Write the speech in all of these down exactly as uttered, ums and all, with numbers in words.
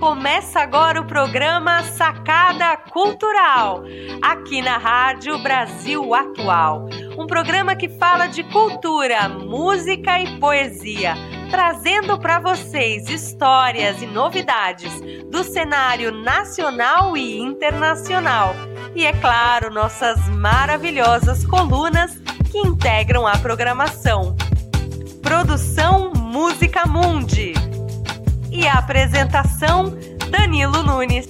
Começa agora o programa Sacada Cultural, aqui na Rádio Brasil Atual. Um programa que fala de cultura, música e poesia, trazendo para vocês histórias e novidades do cenário nacional e internacional. E, é claro, nossas maravilhosas colunas que integram a programação. Produção Música Mundi. E a apresentação, Danilo Nunes.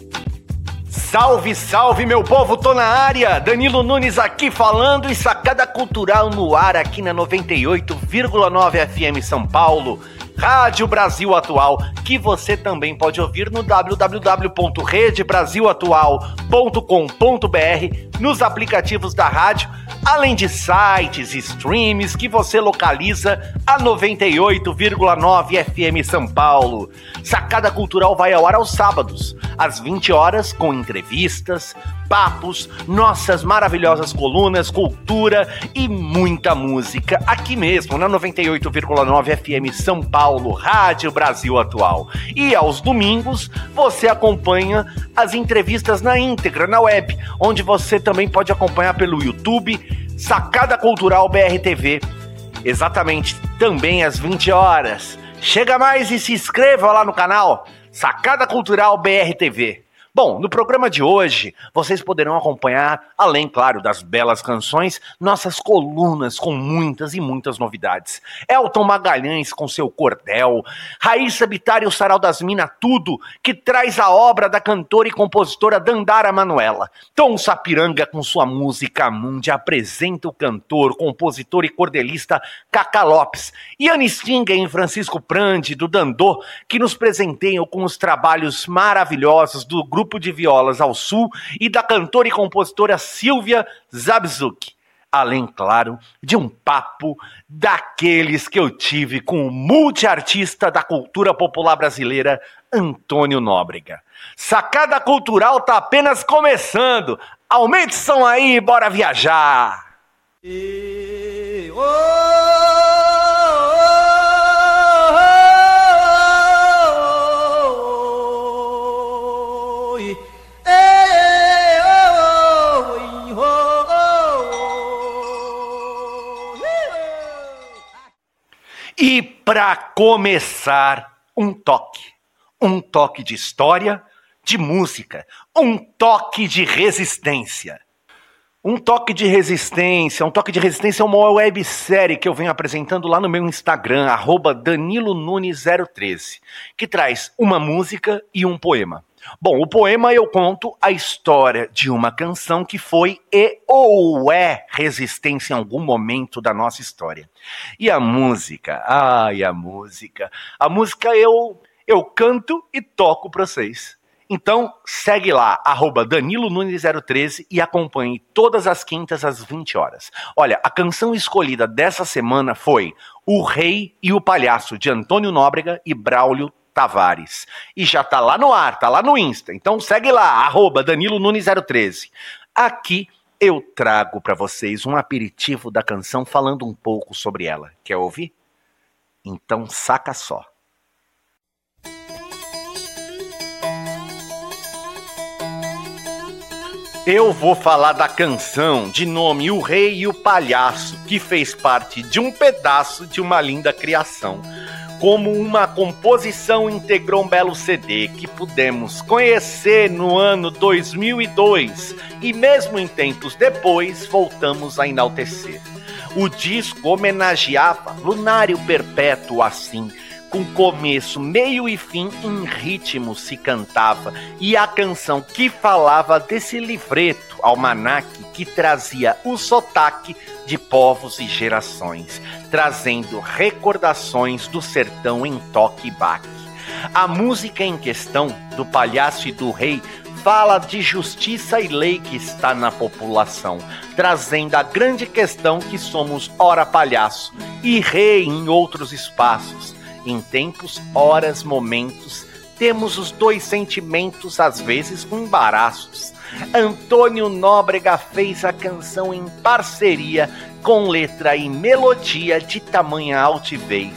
Salve, salve, meu povo, tô na área. Danilo Nunes aqui falando e Sacada Cultural no ar aqui na noventa e oito vírgula nove F M São Paulo. Rádio Brasil Atual, que você também pode ouvir no w w w ponto rede brasil atual ponto com ponto b r, nos aplicativos da rádio, além de sites e streams que você localiza a noventa e oito vírgula nove F M São Paulo. Sacada Cultural vai ao ar aos sábados, às vinte horas, com entrevistas, papos, nossas maravilhosas colunas, cultura e muita música, aqui mesmo na noventa e oito vírgula nove F M São Paulo, Rádio Brasil Atual. E aos domingos você acompanha as entrevistas na íntegra, na web, onde você também pode acompanhar pelo YouTube, Sacada Cultural B R T V, exatamente também às vinte horas. Chega mais e se inscreva lá no canal Sacada Cultural B R T V. Bom, no programa de hoje, vocês poderão acompanhar, além, claro, das belas canções, nossas colunas com muitas e muitas novidades. Elton Magalhães com seu cordel, Raíssa Bittar e o Sarau das Minas Tudo, que traz a obra da cantora e compositora Dandara Manuela. Tom Sapiranga com sua música Mundi apresenta o cantor, compositor e cordelista Cacá Lopes. E Anne Stingen e Francisco Prandi, do Dandô, que nos presenteiam com os trabalhos maravilhosos do grupo Grupo de Violas ao Sul e da cantora e compositora Silvia Zabzuk. Além, claro, de um papo daqueles que eu tive com o multiartista da cultura popular brasileira, Antônio Nóbrega. Sacada Cultural tá apenas começando. Aumente o som aí, bora viajar! E, oh, E para começar, um toque, um toque de história, de música, um toque de resistência. Um toque de resistência, um toque de resistência é uma websérie que eu venho apresentando lá no meu Instagram, arroba Danilo Nunes zero treze, que traz uma música e um poema. Bom, o poema eu conto a história de uma canção que foi e ou é resistência em algum momento da nossa história. E a música, ai, a música, a música eu, eu canto e toco pra vocês. Então, segue lá, arroba Danilo Nunes zero treze e acompanhe todas as quintas às vinte horas. Olha, a canção escolhida dessa semana foi O Rei e o Palhaço, de Antônio Nóbrega e Braulio Tavares. E já tá lá no ar, tá lá no Insta. Então segue lá, arroba Danilo Nunes zero treze. Aqui eu trago pra vocês um aperitivo da canção falando um pouco sobre ela. Quer ouvir? Então saca só. Eu vou falar da canção de nome O Rei e o Palhaço, que fez parte de um pedaço de uma linda criação. Como uma composição integrou um belo C D que pudemos conhecer no ano dois mil e dois e mesmo em tempos depois voltamos a enaltecer. O disco homenageava Lunário Perpétuo assim, com começo, meio e fim em ritmo se cantava, e a canção que falava desse livreto, almanaque, que trazia o sotaque de povos e gerações, trazendo recordações do sertão em toque e baque. A música em questão, do Palhaço e do Rei, fala de justiça e lei que está na população, trazendo a grande questão que somos ora palhaço e rei em outros espaços. Em tempos, horas, momentos, temos os dois sentimentos, às vezes com embaraços. Antônio Nóbrega fez a canção em parceria, com letra e melodia de tamanha altivez,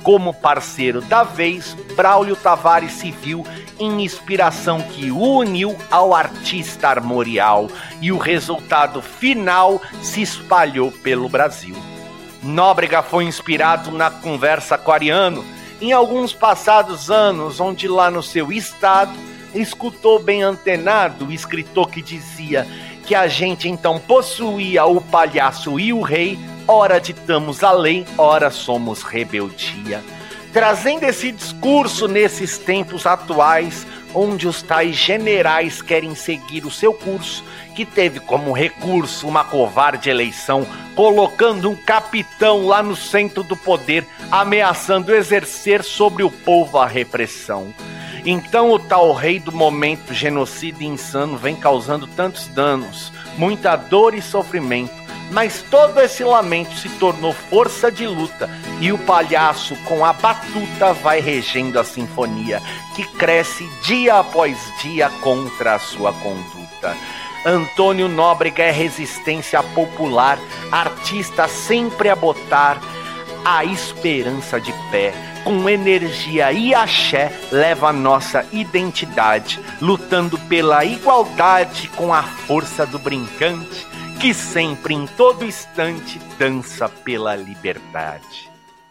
como parceiro da vez, Braulio Tavares se viu em inspiração que o uniu ao artista armorial e o resultado final se espalhou pelo Brasil. Nóbrega foi inspirado na conversa com Ariano, em alguns passados anos, onde lá no seu estado, escutou bem antenado o escritor que dizia que a gente então possuía o palhaço e o rei, ora ditamos a lei, ora somos rebeldia. Trazendo esse discurso nesses tempos atuais, onde os tais generais querem seguir o seu curso, que teve como recurso uma covarde eleição, colocando um capitão lá no centro do poder, ameaçando exercer sobre o povo a repressão. Então o tal rei do momento, genocida e insano, vem causando tantos danos, muita dor e sofrimento, mas todo esse lamento se tornou força de luta, e o palhaço com a batuta vai regendo a sinfonia, que cresce dia após dia contra a sua conduta. Antônio Nóbrega é resistência popular, artista sempre a botar a esperança de pé, com energia e axé leva a nossa identidade, lutando pela igualdade com a força do brincante, que sempre, em todo instante, dança pela liberdade.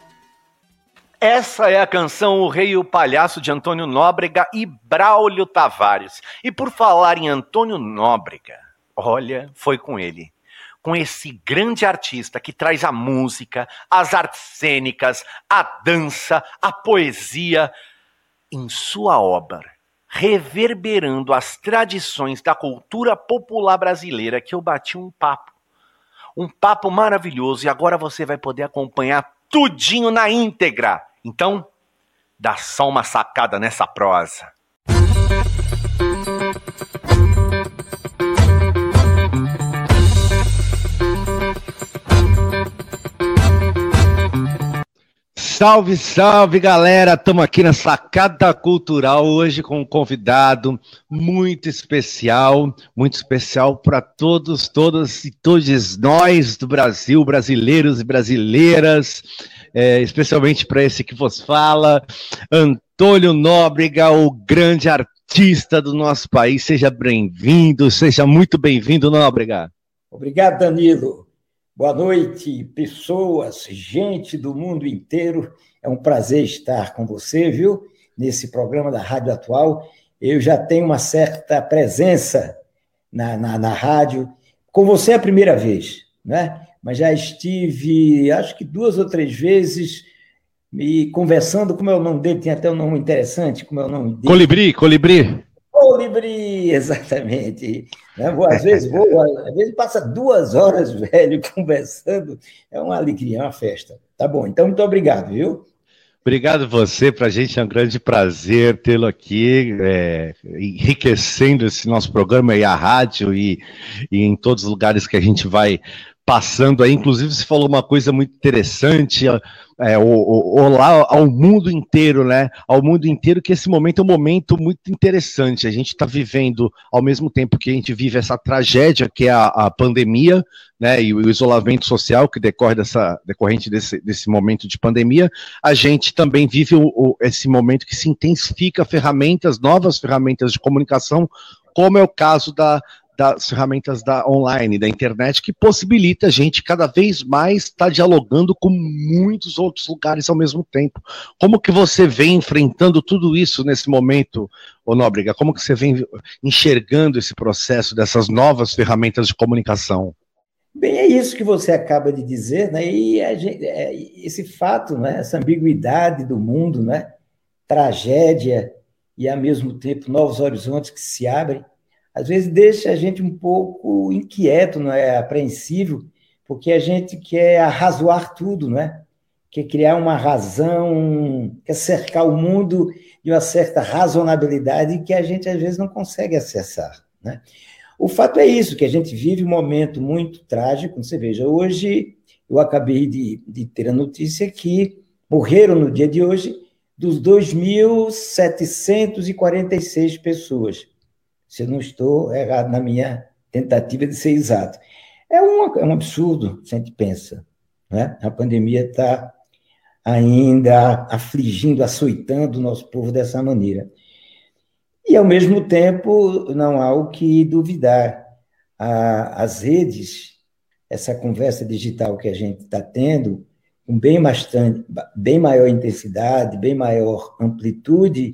Essa é a canção O Rei e o Palhaço, de Antônio Nóbrega e Braulio Tavares. E por falar em Antônio Nóbrega, olha, foi com ele. Com esse grande artista que traz a música, as artes cênicas, a dança, a poesia em sua obra, reverberando as tradições da cultura popular brasileira, que eu bati um papo. Um papo maravilhoso, e agora você vai poder acompanhar tudinho na íntegra. Então, dá só uma sacada nessa prosa. Salve, salve, galera! Estamos aqui na Sacada Cultural hoje com um convidado muito especial, muito especial para todos, todas e todos nós do Brasil, brasileiros e brasileiras, é, especialmente para esse que vos fala, Antônio Nóbrega, o grande artista do nosso país. Seja bem-vindo, seja muito bem-vindo, Nóbrega. Obrigado, Danilo. Boa noite, pessoas, gente do mundo inteiro. É um prazer estar com você, viu? Nesse programa da Rádio Atual. Eu já tenho uma certa presença na, na, na rádio. Com você é a primeira vez, né? Mas já estive, acho que duas ou três vezes, me conversando com o meu nome dele. Tem até um nome interessante, como é o nome dele? Colibri, Colibri. Colibri, exatamente. Às vezes vou, às vezes passa duas horas, velho, conversando. É uma alegria, é uma festa. Tá bom, então muito obrigado, viu? Obrigado você, para a gente é um grande prazer tê-lo aqui, é, enriquecendo esse nosso programa e a rádio e, e em todos os lugares que a gente vai passando aí. Inclusive você falou uma coisa muito interessante, é, o, o, olá ao mundo inteiro, né? Ao mundo inteiro, que esse momento é um momento muito interessante. A gente está vivendo, ao mesmo tempo que a gente vive essa tragédia que é a, a pandemia, né? E o isolamento social que decorre dessa, decorrente desse, desse momento de pandemia, a gente também vive o, o, esse momento que se intensifica ferramentas, novas ferramentas de comunicação, como é o caso da das ferramentas da online, da internet, que possibilita a gente cada vez mais estar dialogando com muitos outros lugares ao mesmo tempo. Como que você vem enfrentando tudo isso nesse momento, ô Nóbrega? Como que você vem enxergando esse processo dessas novas ferramentas de comunicação? Bem, é isso que você acaba de dizer, né? E a gente, é, esse fato, né? Essa ambiguidade do mundo, né? Tragédia e, ao mesmo tempo, novos horizontes que se abrem, às vezes deixa a gente um pouco inquieto, não é? Apreensivo, porque a gente quer arrazoar tudo, né? Quer criar uma razão, quer cercar o mundo de uma certa razonabilidade que a gente, às vezes, não consegue acessar, né? O fato é isso, que a gente vive um momento muito trágico. Você veja, hoje eu acabei de, de ter a notícia que morreram no dia de hoje dos dois mil setecentos e quarenta e seis pessoas. Se eu não estou errado na minha tentativa de ser exato. É, uma, é um absurdo, se a gente pensa, né? A pandemia está ainda afligindo, açoitando o nosso povo dessa maneira. E, ao mesmo tempo, não há o que duvidar. As redes, essa conversa digital que a gente está tendo, com bem, bastante, bem maior intensidade, bem maior amplitude,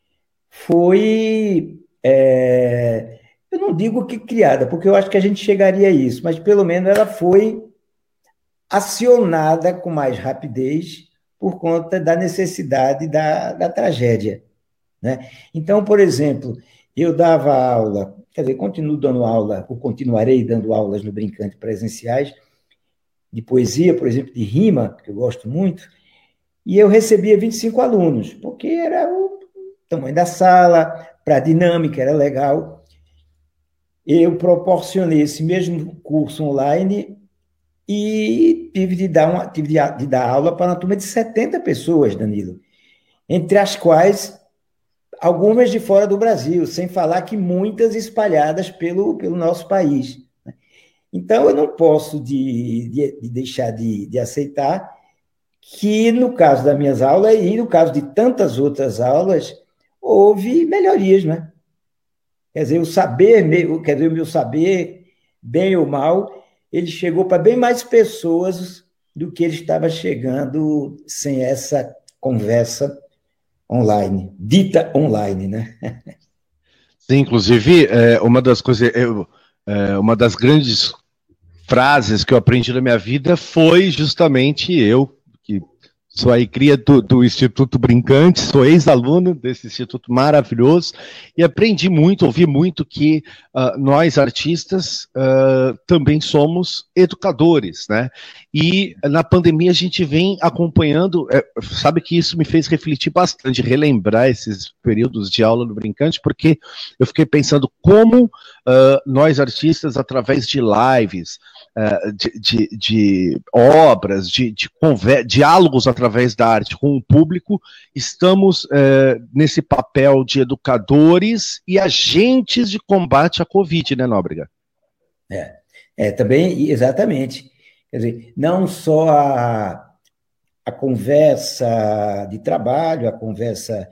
foi, é, eu não digo que criada, porque eu acho que a gente chegaria a isso, mas pelo menos ela foi acionada com mais rapidez por conta da necessidade da, da tragédia, né? Então, por exemplo, eu dava aula, quer dizer, continuo dando aula, ou continuarei dando aulas no Brincante presenciais, de poesia, por exemplo, de rima, que eu gosto muito, e eu recebia vinte e cinco alunos, porque era o tamanho da sala, para a dinâmica era legal. Eu proporcionei esse mesmo curso online e tive de dar, uma, tive de, de dar aula para uma turma de setenta pessoas, Danilo, entre as quais algumas de fora do Brasil, sem falar que muitas espalhadas pelo, pelo nosso país. Então, eu não posso de, de, de deixar de, de aceitar que, no caso das minhas aulas e no caso de tantas outras aulas, houve melhorias, né? Quer dizer, o saber, quer dizer, o meu saber, bem ou mal, ele chegou para bem mais pessoas do que ele estava chegando sem essa conversa online, dita online, né? Sim, inclusive, é, uma das coisas, eu, é, uma das grandes frases que eu aprendi na minha vida foi justamente eu, que sou aí cria do, do Instituto Brincante, sou ex-aluno desse instituto maravilhoso, e aprendi muito, ouvi muito que uh, nós artistas uh, também somos educadores, né? E na pandemia a gente vem acompanhando, é, sabe que isso me fez refletir bastante, relembrar esses períodos de aula no Brincante, porque eu fiquei pensando como uh, nós artistas, através de lives, uh, de, de, de obras, de, de conver- diálogos através da arte com o público, estamos uh, nesse papel de educadores e agentes de combate à Covid, né, Nóbrega? É, é também, exatamente. Quer dizer, não só a, a conversa de trabalho, a conversa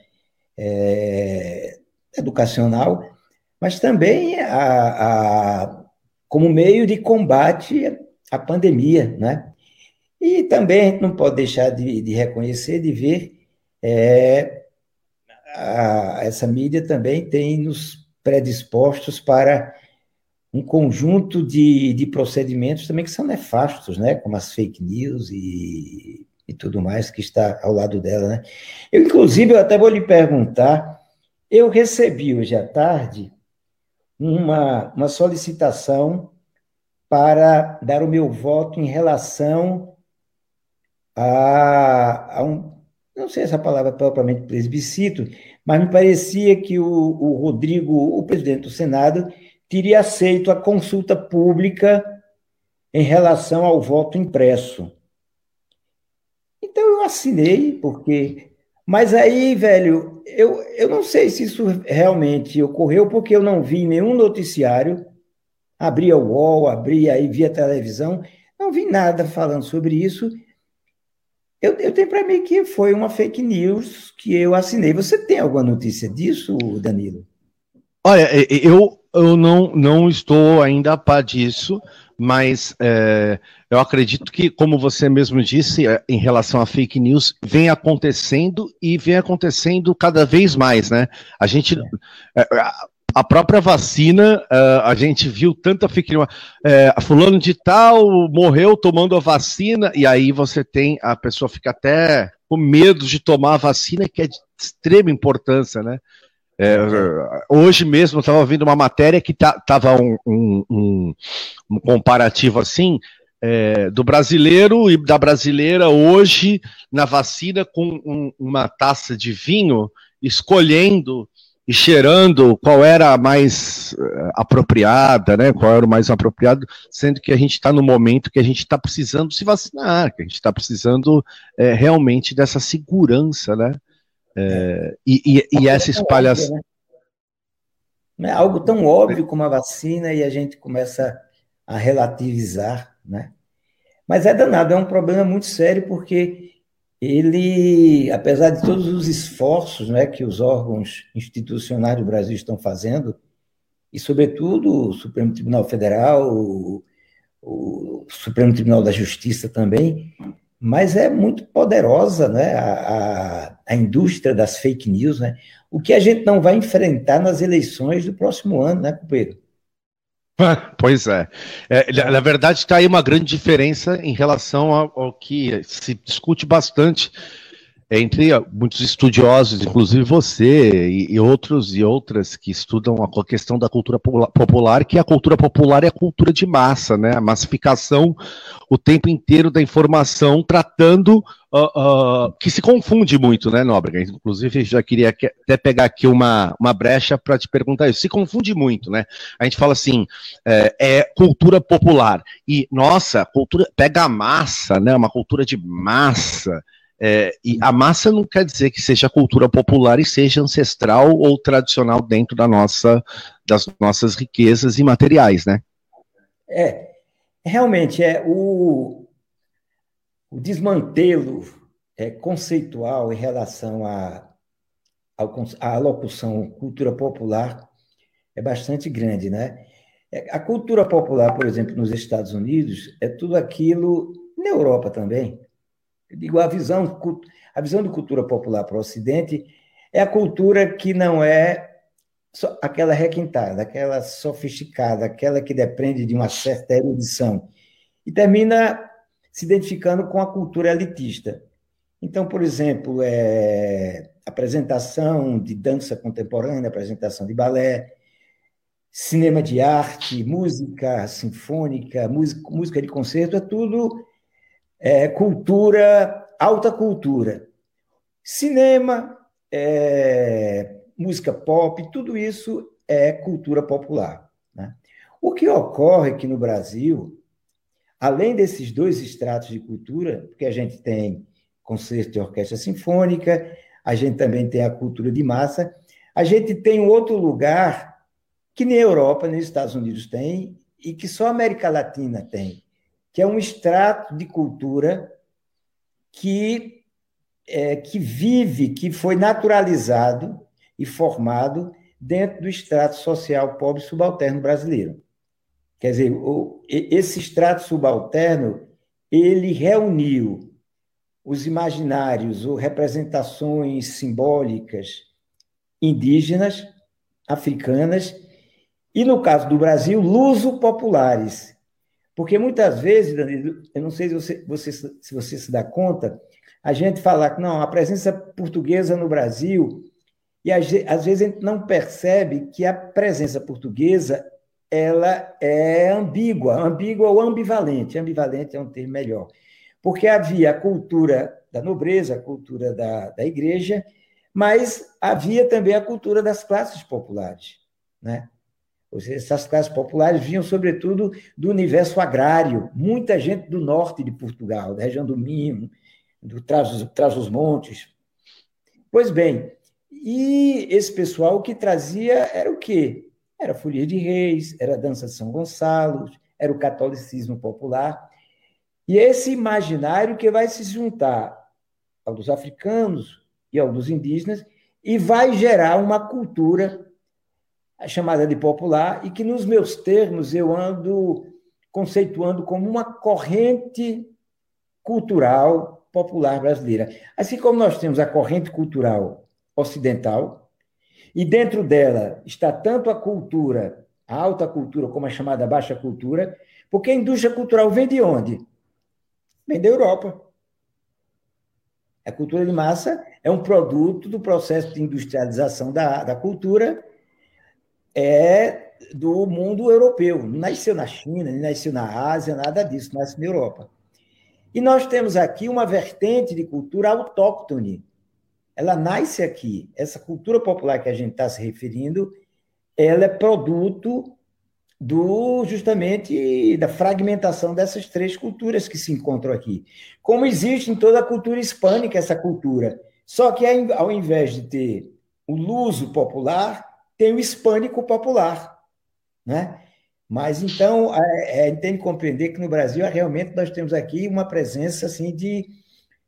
é, educacional, mas também a, a, como meio de combate à pandemia, né? E também a gente não pode deixar de, de reconhecer, de ver, é, a, essa mídia também tem nos predispostos para um conjunto de, de procedimentos também que são nefastos, né? Como as fake news e, e tudo mais que está ao lado dela, né? Eu, inclusive, eu até vou lhe perguntar, eu recebi hoje à tarde uma, uma solicitação para dar o meu voto em relação a, a um, não sei essa palavra propriamente plebiscito, mas me parecia que o, o Rodrigo, o presidente do Senado, teria aceito a consulta pública em relação ao voto impresso. Então, eu assinei, porque... Mas aí, velho, eu, eu não sei se isso realmente ocorreu, porque eu não vi nenhum noticiário, abria o U O L, abria aí via televisão, não vi nada falando sobre isso. Eu, eu tenho para mim que foi uma fake news que eu assinei. Você tem alguma notícia disso, Danilo? Olha, eu, eu não, não estou ainda a par disso, mas é, eu acredito que, como você mesmo disse, em relação a fake news, vem acontecendo e vem acontecendo cada vez mais, né? A gente, é, a própria vacina, a gente viu tanta fake news, é, fulano de tal morreu tomando a vacina, e aí você tem, a pessoa fica até com medo de tomar a vacina, que é de extrema importância, né? É, hoje mesmo eu estava vendo uma matéria que estava um, um, um, um comparativo assim, é, do brasileiro e da brasileira hoje na vacina com um, uma taça de vinho, escolhendo e cheirando qual era a mais uh, apropriada, né? Qual era o mais apropriado, sendo que a gente está no momento que a gente está precisando se vacinar, que a gente está precisando é, realmente dessa segurança, né? É, e, e, e essa espalhação. Não é algo tão óbvio como a vacina e a gente começa a relativizar, né? Mas é danado, é um problema muito sério, porque ele, apesar de todos os esforços, né, que os órgãos institucionais do Brasil estão fazendo, e, sobretudo, o Supremo Tribunal Federal, o, o Supremo Tribunal da Justiça também, mas é muito poderosa, né, a, a, a indústria das fake news, né, o que a gente não vai enfrentar nas eleições do próximo ano, né, companheiro? Pois é. É, na verdade, está aí uma grande diferença em relação ao, ao que se discute bastante entre muitos estudiosos, inclusive você e, e outros e outras que estudam a questão da cultura popular, que a cultura popular é a cultura de massa, né? A massificação o tempo inteiro da informação, tratando uh, uh, que se confunde muito, né, Nóbrega? Inclusive, já queria até pegar aqui uma, uma brecha para te perguntar isso. Se confunde muito, né? A gente fala assim, é, é cultura popular. E, nossa, cultura pega a massa, né? Uma cultura de massa. É, e a massa não quer dizer que seja cultura popular e seja ancestral ou tradicional dentro da nossa, das nossas riquezas imateriais, né? É, realmente, é o, o desmantelo é, conceitual em relação à a, a, a locução cultura popular é bastante grande, né? A cultura popular, por exemplo, nos Estados Unidos, é tudo aquilo, na Europa também. Eu digo, a visão, a visão de cultura popular para o Ocidente é a cultura que não é só aquela requintada, aquela sofisticada, aquela que depende de uma certa erudição, e termina se identificando com a cultura elitista. Então, por exemplo, é, apresentação de dança contemporânea, apresentação de balé, cinema de arte, música sinfônica, música, música de concerto, é tudo... É, cultura, alta cultura. Cinema, é, música pop, tudo isso é cultura popular, né? O que ocorre aqui no Brasil, além desses dois estratos de cultura, porque a gente tem concerto de orquestra sinfônica, a gente também tem a cultura de massa, a gente tem um outro lugar que nem a Europa, nem os Estados Unidos tem, e que só a América Latina tem, que é um extrato de cultura que, é, que vive, que foi naturalizado e formado dentro do extrato social pobre subalterno brasileiro. Quer dizer, o, esse extrato subalterno, ele reuniu os imaginários ou representações simbólicas indígenas, africanas, e, no caso do Brasil, luso-populares. Porque muitas vezes, Danilo, eu não sei se você, você, se você se dá conta, a gente fala que não, a presença portuguesa no Brasil, e às vezes a gente não percebe que a presença portuguesa ela é ambígua, ambígua ou ambivalente. Ambivalente é um termo melhor. Porque havia a cultura da nobreza, a cultura da, da igreja, mas havia também a cultura das classes populares, né? Ou seja, essas classes populares vinham, sobretudo, do universo agrário. Muita gente do norte de Portugal, da região do Minho, do Trás-os-Montes. Pois bem, e esse pessoal o que trazia era o quê? Era folia de reis, era a dança de São Gonçalo, era o catolicismo popular. E esse imaginário que vai se juntar ao dos africanos e ao dos indígenas e vai gerar uma cultura chamada de popular, e que, nos meus termos, eu ando conceituando como uma corrente cultural popular brasileira. Assim como nós temos a corrente cultural ocidental, e dentro dela está tanto a cultura, a alta cultura, como a chamada baixa cultura, porque a indústria cultural vem de onde? Vem da Europa. A cultura de massa é um produto do processo de industrialização da, da cultura, é do mundo europeu. Não nasceu na China, nem nasceu na Ásia, nada disso, nasce na Europa. E nós temos aqui uma vertente de cultura autóctone. Ela nasce aqui. Essa cultura popular que a gente está se referindo, ela é produto do, justamente da fragmentação dessas três culturas que se encontram aqui. Como existe em toda a cultura hispânica essa cultura. Só que ao invés de ter o luso popular, tem o hispânico popular, né? Mas, então, é, é, tem que compreender que no Brasil, realmente, nós temos aqui uma presença assim, de,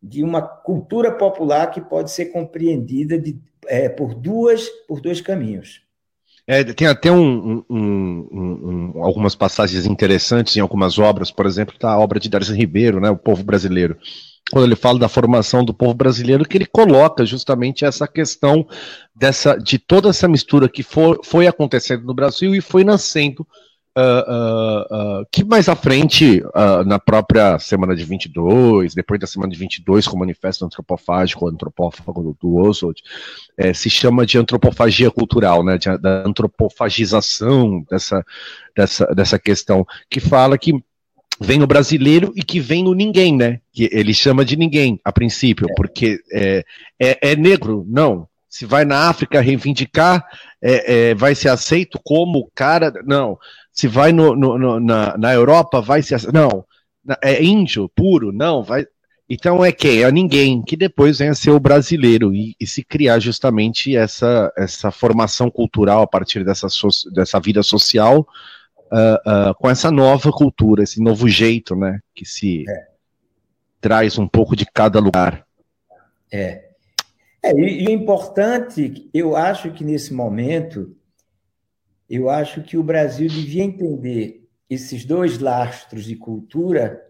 de uma cultura popular que pode ser compreendida de, é, por, duas, por dois caminhos. É, tem até um, um, um, um, algumas passagens interessantes em algumas obras, por exemplo, da obra de Darcy Ribeiro, né, O Povo Brasileiro, quando ele fala da formação do povo brasileiro, que ele coloca justamente essa questão dessa, de toda essa mistura que for, foi acontecendo no Brasil e foi nascendo, uh, uh, uh, que mais à frente, uh, na própria semana de vinte e dois, depois da semana de vinte e dois, com o Manifesto Antropofágico, o Antropófago do, do Oswald, é, se chama de antropofagia cultural, né, de, da antropofagização dessa, dessa, dessa questão, que fala que vem o brasileiro e que vem o ninguém, né? Que ele chama de ninguém, a princípio, porque é, é, é negro, não. Se vai na África reivindicar, é, é, vai ser aceito como cara, não. Se vai no, no, no, na, na Europa, vai ser aceito, não. É índio, puro, não. Vai... Então é quem? É ninguém, que depois vem a ser o brasileiro e, e se criar justamente essa, essa formação cultural a partir dessa, so, dessa vida social, Uh, uh, com essa nova cultura, esse novo jeito, né, que se é. traz um pouco de cada lugar. É, é e, e o importante, eu acho que nesse momento, eu acho que o Brasil devia entender esses dois lastros de cultura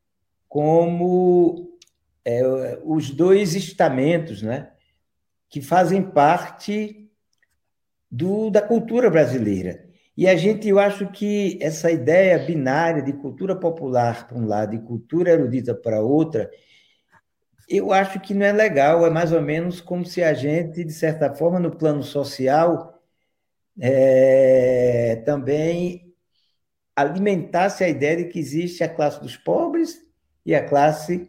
como é, os dois estamentos, né, que fazem parte do, da cultura brasileira. E a gente, eu acho que essa ideia binária de cultura popular para um lado e cultura erudita para outra, eu acho que não é legal, é mais ou menos como se a gente, de certa forma, no plano social, é, também alimentasse a ideia de que existe a classe dos pobres e a classe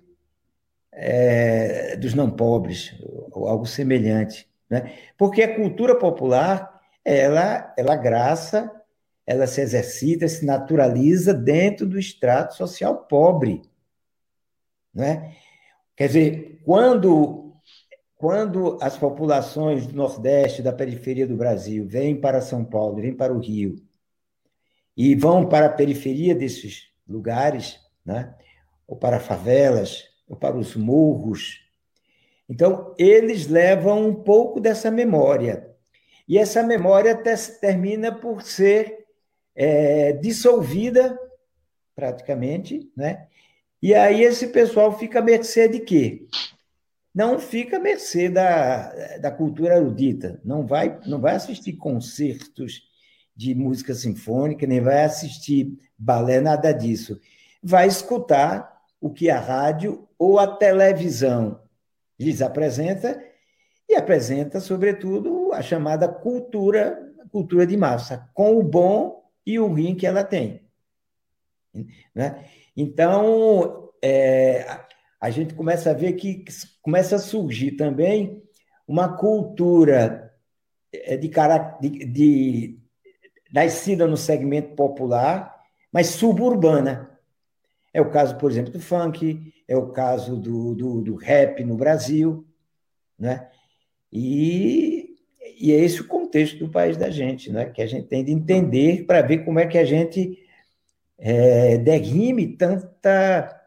é, dos não pobres, ou algo semelhante, né? Porque a cultura popular, ela, ela graça, ela se exercita, se naturaliza dentro do extrato social pobre, né? Quer dizer, quando, quando as populações do Nordeste, da periferia do Brasil, vêm para São Paulo, vêm para o Rio, e vão para a periferia desses lugares, né? Ou para favelas, ou para os morros, então, eles levam um pouco dessa memória. E essa memória termina por ser é, dissolvida, praticamente, né? E aí esse pessoal fica à mercê de quê? Não fica à mercê da, da cultura erudita, não vai, não vai assistir concertos de música sinfônica, nem vai assistir balé, nada disso. Vai escutar o que a rádio ou a televisão lhes apresenta, e apresenta, sobretudo, a chamada cultura, cultura de massa, com o bom e o ruim que ela tem. Né? Então, é, a gente começa a ver que começa a surgir também uma cultura de, de, de nascida no segmento popular, mas suburbana. É o caso, por exemplo, do funk, é o caso do, do, do rap no Brasil, né? E, e é esse o contexto do país da gente, né? Que a gente tem de entender para ver como é que a gente é, derrime tanta,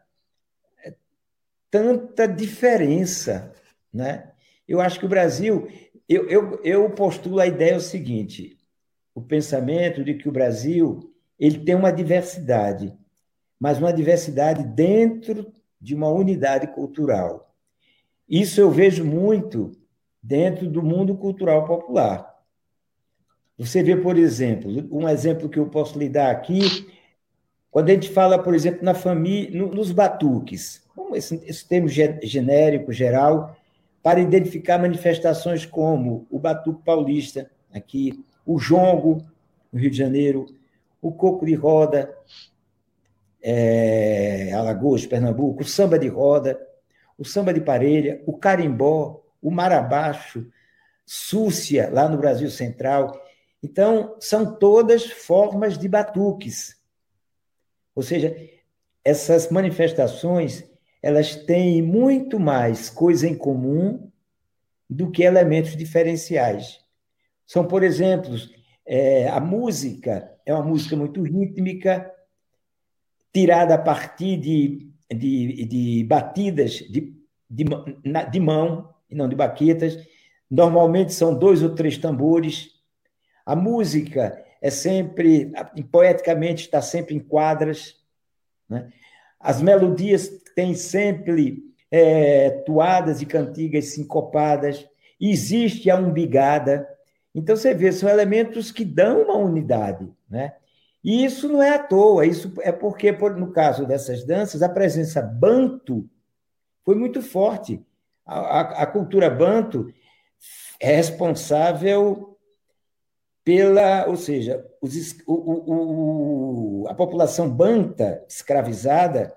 tanta diferença, né? Eu acho que o Brasil... Eu, eu, eu postulo a ideia o seguinte, o pensamento de que o Brasil ele tem uma diversidade, mas uma diversidade dentro de uma unidade cultural. Isso eu vejo muito dentro do mundo cultural popular. Você vê, por exemplo, um exemplo que eu posso lhe dar aqui, quando a gente fala, por exemplo, na família, nos batuques, esse, esse termo genérico, geral, para identificar manifestações como o batuque paulista, aqui, o jongo, no Rio de Janeiro, o coco de roda, é, Alagoas, Pernambuco, o samba de roda, o samba de parelha, o carimbó, o marabaixo, súcia, lá no Brasil Central. Então, são todas formas de batuques. Ou seja, essas manifestações, elas têm muito mais coisa em comum do que elementos diferenciais. São, por exemplo, é, a música é uma música muito rítmica, tirada a partir de, de, de batidas de, de, de mão, e não de baquetas. Normalmente são dois ou três tambores. A música é sempre, poeticamente, está sempre em quadras, né? As melodias têm sempre é, toadas e cantigas sincopadas. Existe a umbigada. Então, você vê, são elementos que dão uma unidade, né? E isso não é à toa, isso é porque, no caso dessas danças, a presença banto foi muito forte. A, a, a cultura banto é responsável pela, ou seja, os, o, o, o, a população banta escravizada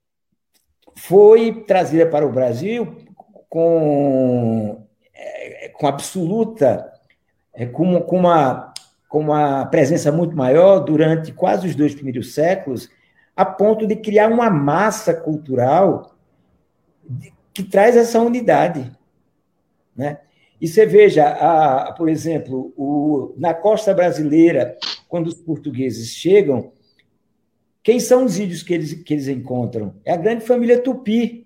foi trazida para o Brasil com, com absoluta, com, com, uma, com uma presença muito maior durante quase os dois primeiros séculos, a ponto de criar uma massa cultural que traz essa unidade, né? E você veja, a, por exemplo, o, na costa brasileira, quando os portugueses chegam, quem são os índios que eles, que eles encontram? É a grande família Tupi,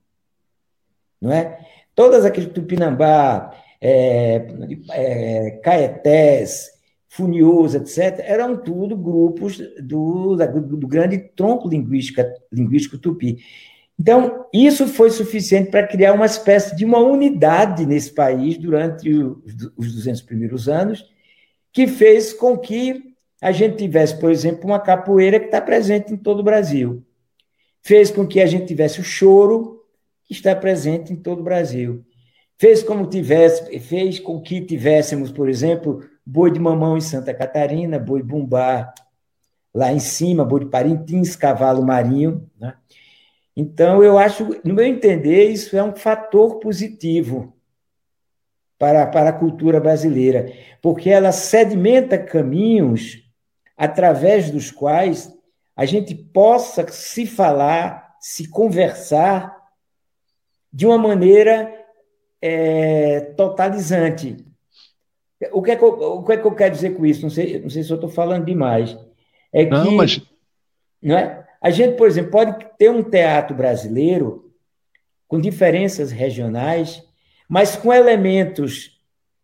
não é? Todas aqueles Tupinambá, é, é, Caetés, Funiôs, etcétera, eram tudo grupos do, do, do grande tronco linguístico, linguístico Tupi. Então, isso foi suficiente para criar uma espécie de uma unidade nesse país durante os duzentos primeiros anos, que fez com que a gente tivesse, por exemplo, uma capoeira que está presente em todo o Brasil. Fez com que a gente tivesse o choro, que está presente em todo o Brasil. Fez, como tivesse, fez com que tivéssemos, por exemplo, boi de mamão em Santa Catarina, boi bumbá lá em cima, boi de Parintins, cavalo marinho, né? Então, eu acho, no meu entender, isso é um fator positivo para, para a cultura brasileira, porque ela sedimenta caminhos através dos quais a gente possa se falar, se conversar de uma maneira é, totalizante. O que, é que eu, o que é que eu quero dizer com isso? Não sei, não sei se eu estou falando demais. É que, não, mas... não é? A gente, por exemplo, pode ter um teatro brasileiro com diferenças regionais, mas com elementos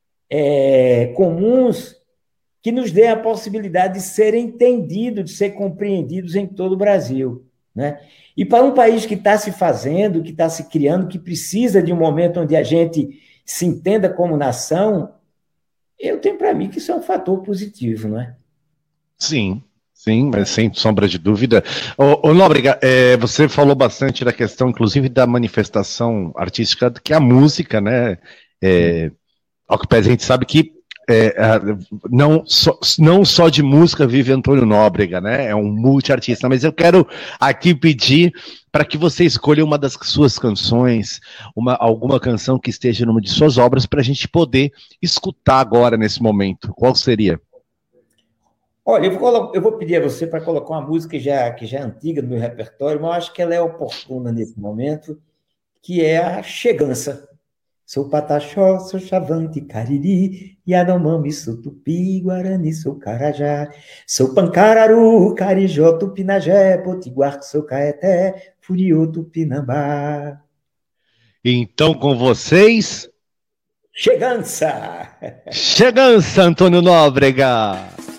é, comuns que nos dê a possibilidade de ser entendidos, de ser compreendidos em todo o Brasil, né? E para um país que está se fazendo, que está se criando, que precisa de um momento onde a gente se entenda como nação, eu tenho para mim que isso é um fator positivo, não é? Sim. Sim, mas sem sombra de dúvida. Ô, ô Nóbrega, é, você falou bastante da questão, inclusive, da manifestação artística, que é a música, né? É, ao que a gente sabe que é, não, só, não só de música vive Antônio Nóbrega, né? É um multiartista, mas eu quero aqui pedir para que você escolha uma das suas canções, uma, alguma canção que esteja numa de suas obras, para a gente poder escutar agora, nesse momento. Qual seria? Olha, eu vou, eu vou pedir a você para colocar uma música que já, que já é antiga no meu repertório, mas eu acho que ela é oportuna nesse momento, que é a Chegança. Sou Pataxó, sou Xavante, Cariri, Yanomami, sou Tupi, Guarani, sou Carajá. Sou Pancararu, Carijó, Tupinagé, Potiguar, sou Caeté, Furiô, Tupinambá. Então, com vocês... Chegança! Chegança, Antônio Nóbrega!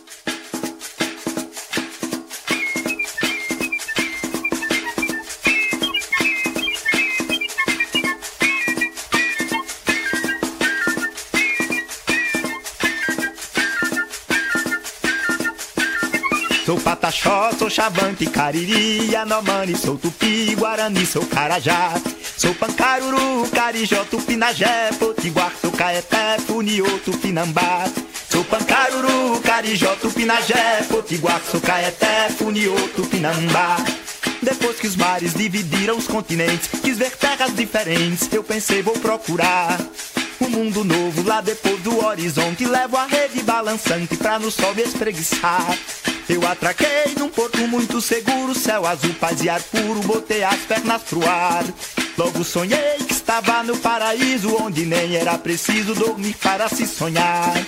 Sou Pataxó, sou Xavante, Cariri, Yanomami, sou Tupi, Guarani, sou Carajá. Sou Pancaruru, Carijó, Tupinagé, Potiguar, sou Caeté, Funiô, Tupinambá. Sou Pancaruru, Carijó, Tupinagé, Potiguar, sou Caeté, Funiô, Tupinambá. Depois que os mares dividiram os continentes, quis ver terras diferentes, eu pensei vou procurar um mundo novo lá depois do horizonte. Levo a rede balançante pra no sol me espreguiçar. Eu atraquei num porto muito seguro, céu azul, paz e ar puro, botei as pernas pro ar. Logo sonhei que estava no paraíso, onde nem era preciso dormir para se sonhar.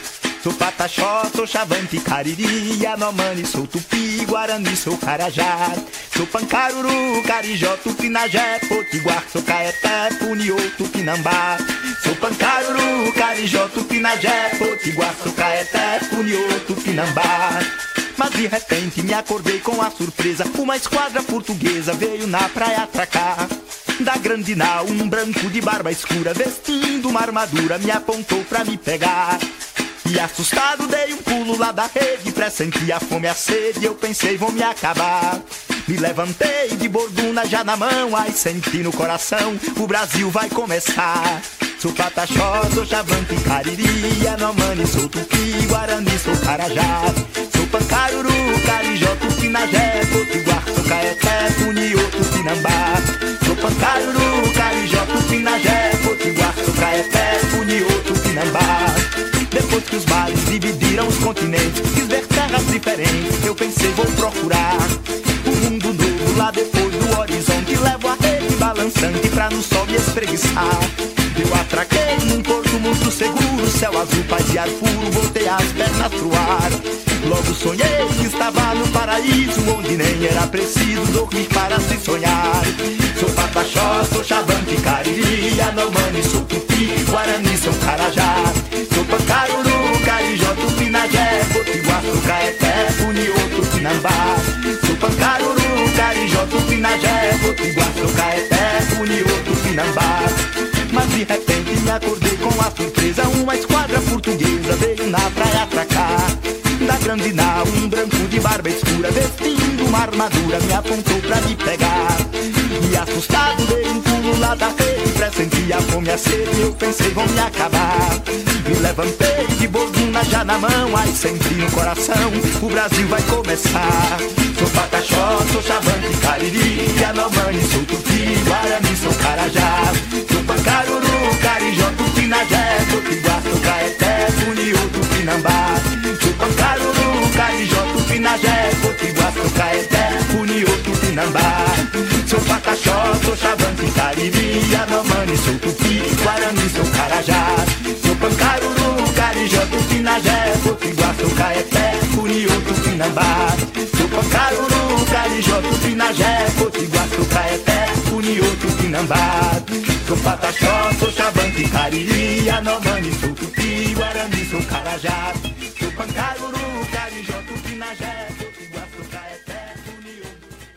Sou Pataxó, sou Xavante, Cariri, Yanomami, sou Tupi, Guarani, sou Carajá. Sou Pancaruru, Carijó, Tupinagé, Potiguar, sou Caeté, Puniô, Tupinambá. Sou Pancaruru, Carijó, Tupinagé, Potiguar, sou Caeté, Puniô, Tupinambá. Mas de repente me acordei com a surpresa, uma esquadra portuguesa veio na praia atracar. Da grande nau, um branco de barba escura, vestindo uma armadura, me apontou pra me pegar. E assustado dei um pulo lá da rede, pressenti a fome e a sede, eu pensei vou me acabar. Me levantei de borduna já na mão, ai senti no coração, o Brasil vai começar. Sou Pataxó, sou Xavante, Cariri, Yanomami, sou Tupi, Guarani, sou Carajá. Sou Pancaruru, Carijó, Tupinagé, Potiguar, sou Caeté, Puniô, Tupinambá. Sou Pancaruru, Carijó, Tupinagé, Potiguar, sou Caeté, Puniô, Tupinambá. Depois que os mares dividiram os continentes, quis ver terras diferentes, eu pensei vou procurar um mundo novo lá depois do horizonte. Levo a rede balançante pra no sol me espreguiçar. Eu atraquei num porto muito seguro, céu azul, paz e ar puro, botei as pernas pro ar. Logo sonhei que estava no paraíso, onde nem era preciso dormir para se sonhar. Sou Pataxó, sou Xavante, Cariri, Yanomami, sou Tupi, Guarani, sou Carajá. Sou Pancaruru, Carijó, Tupinagé, Potiguar, sou Caeté, Puniô, Tupinambá. Sou Pancaruru, Carijó, Tupinagé, Potiguar, sou Caeté, Puniô, Tupinambá. Mas de repente me acordei com a surpresa, uma esquadra portuguesa veio na praia atracar. Da grande nau, um branco de barba escura, vestindo uma armadura, me apontou pra me pegar. E assustado dei um pulo lá da rede, pressenti a fome e a sede, eu pensei vão me acabar. Me levantei de borduna já na mão, ai senti no coração, o Brasil vai começar. Sou Pataxó, sou Xavante, Cariri, Yanomami, sou Tupi, Guarani, sou Carajá. Sou Pancaruru, Carijó, Tupinagé, Potiguar, sou Caeté, Puniô, Tupinambá. Sou Pancaruru, Carijó, Tupinagé, Potiguar, sou Caeté, Puniô, Tupinambá. Sou Pataxó, sou Xavante, Cariri, Yanomami, sou Tupi, Guarani, sou Carajá. Sou Pancaruru, Carijó, Tupinagé, Potiguar, sou Caeté, Puniô, Tupinambá. Sou Pancaruru, Carijó, Tupinagé, Potiguar, sou Caeté, Puniô, Tupinambá. Sou Pataxó, sou Xavante, Cariri, Yanomami, sou Tupi, Guarani, sou Carajá. Sou Pancaruru, Carijó, Tupinagé, Potiguar, sou Caeté, Puniô.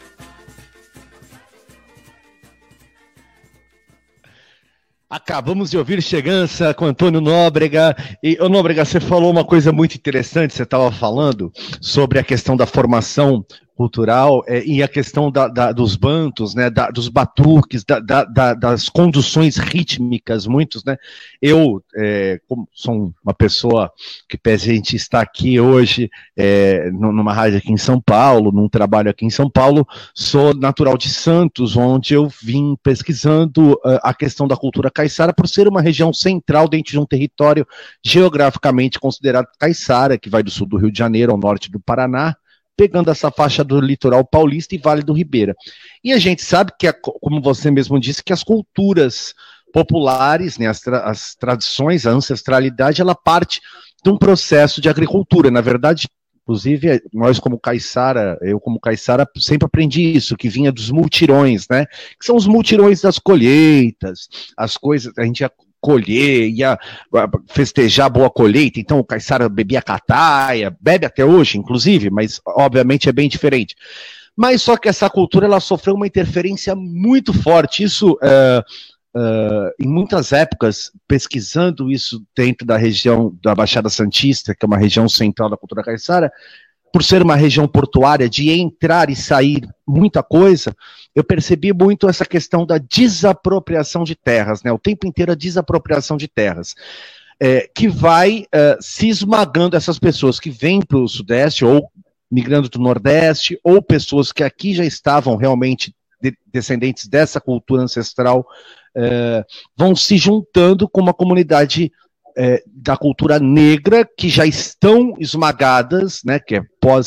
Acabamos de ouvir Chegança com Antônio Nóbrega. E, ô Nóbrega, você falou uma coisa muito interessante, você estava falando sobre a questão da formação cultural é, e a questão da, da, dos bantos, né, da, dos batuques, da, da, das conduções rítmicas, muitos, né, eu, é, como sou uma pessoa que, pese a gente estar aqui hoje, é, numa rádio aqui em São Paulo, num trabalho aqui em São Paulo, sou natural de Santos, onde eu vim pesquisando uh, a questão da cultura caiçara, por ser uma região central dentro de um território geograficamente considerado caiçara, que vai do sul do Rio de Janeiro ao norte do Paraná, pegando essa faixa do litoral paulista e Vale do Ribeira. E a gente sabe que, como você mesmo disse, que as culturas populares, né, as, tra as tradições, a ancestralidade, ela parte de um processo de agricultura. Na verdade, inclusive, nós como caiçara, eu como caiçara, sempre aprendi isso, que vinha dos multirões, né, que são os multirões das colheitas, as coisas, a gente ia colher, ia festejar a boa colheita, então o caiçara bebia cataia, bebe até hoje, inclusive, mas obviamente é bem diferente. Mas só que essa cultura, ela sofreu uma interferência muito forte, isso uh, uh, em muitas épocas, pesquisando isso dentro da região da Baixada Santista, que é uma região central da cultura caiçara, por ser uma região portuária, de entrar e sair muita coisa, eu percebi muito essa questão da desapropriação de terras, né? O tempo inteiro a desapropriação de terras, é, que vai é, se esmagando essas pessoas que vêm para o Sudeste, ou migrando do Nordeste, ou pessoas que aqui já estavam realmente de, descendentes dessa cultura ancestral, é, vão se juntando com uma comunidade É, da cultura negra, que já estão esmagadas, né, que é pós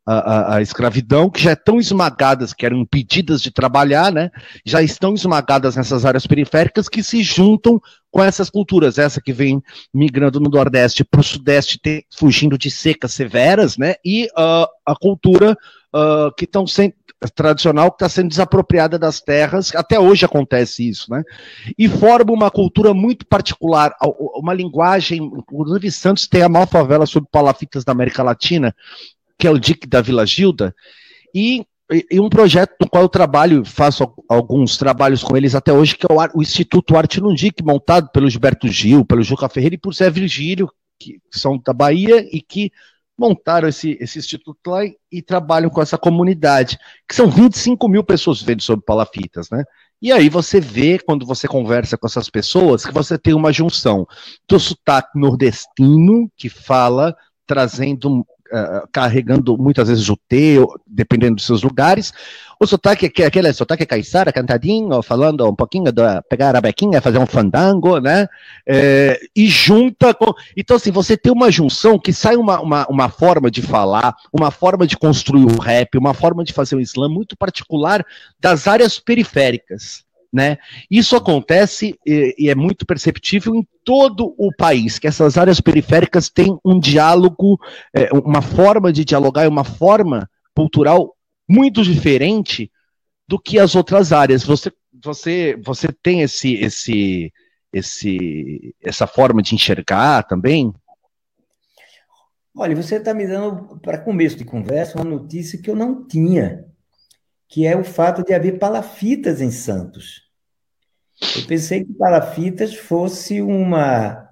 a, a, a escravidão, que já estão esmagadas, que eram impedidas de trabalhar, né? Já estão esmagadas nessas áreas periféricas que se juntam com essas culturas, essa que vem migrando no Nordeste para o Sudeste, ter, fugindo de secas severas, né? E uh, a cultura uh, que estão sendo tradicional, que está sendo desapropriada das terras, até hoje acontece isso, né? E forma uma cultura muito particular, uma linguagem. Inclusive Santos tem a maior favela sobre palafitas da América Latina, que é o D I C da Vila Gilda, e, e um projeto no qual eu trabalho, faço alguns trabalhos com eles até hoje, que é o, o Instituto Arte no D I C, montado pelo Gilberto Gil, pelo Juca Ferreira e por Zé Virgílio, que são da Bahia e que montaram esse, esse instituto lá e, e trabalham com essa comunidade, que são vinte e cinco mil pessoas vivendo sobre palafitas, né? E aí você vê, quando você conversa com essas pessoas, que você tem uma junção do sotaque nordestino, que fala, trazendo, uh, carregando muitas vezes o T, dependendo dos seus lugares, o sotaque, que, aquele sotaque caiçara, cantadinho, falando um pouquinho, da, pegar a bequinha, fazer um fandango, né, é, e junta com... Então, assim, você tem uma junção que sai uma, uma, uma forma de falar, uma forma de construir o rap, uma forma de fazer o slam muito particular das áreas periféricas, né? Isso acontece e, e é muito perceptível em todo o país, que essas áreas periféricas têm um diálogo, é, uma forma de dialogar, uma forma cultural muito diferente do que as outras áreas. Você, você, você tem esse, esse, esse, essa forma de enxergar também? Olha, você está me dando, para começo de conversa, uma notícia que eu não tinha, que é o fato de haver palafitas em Santos. Eu pensei que palafitas fosse uma,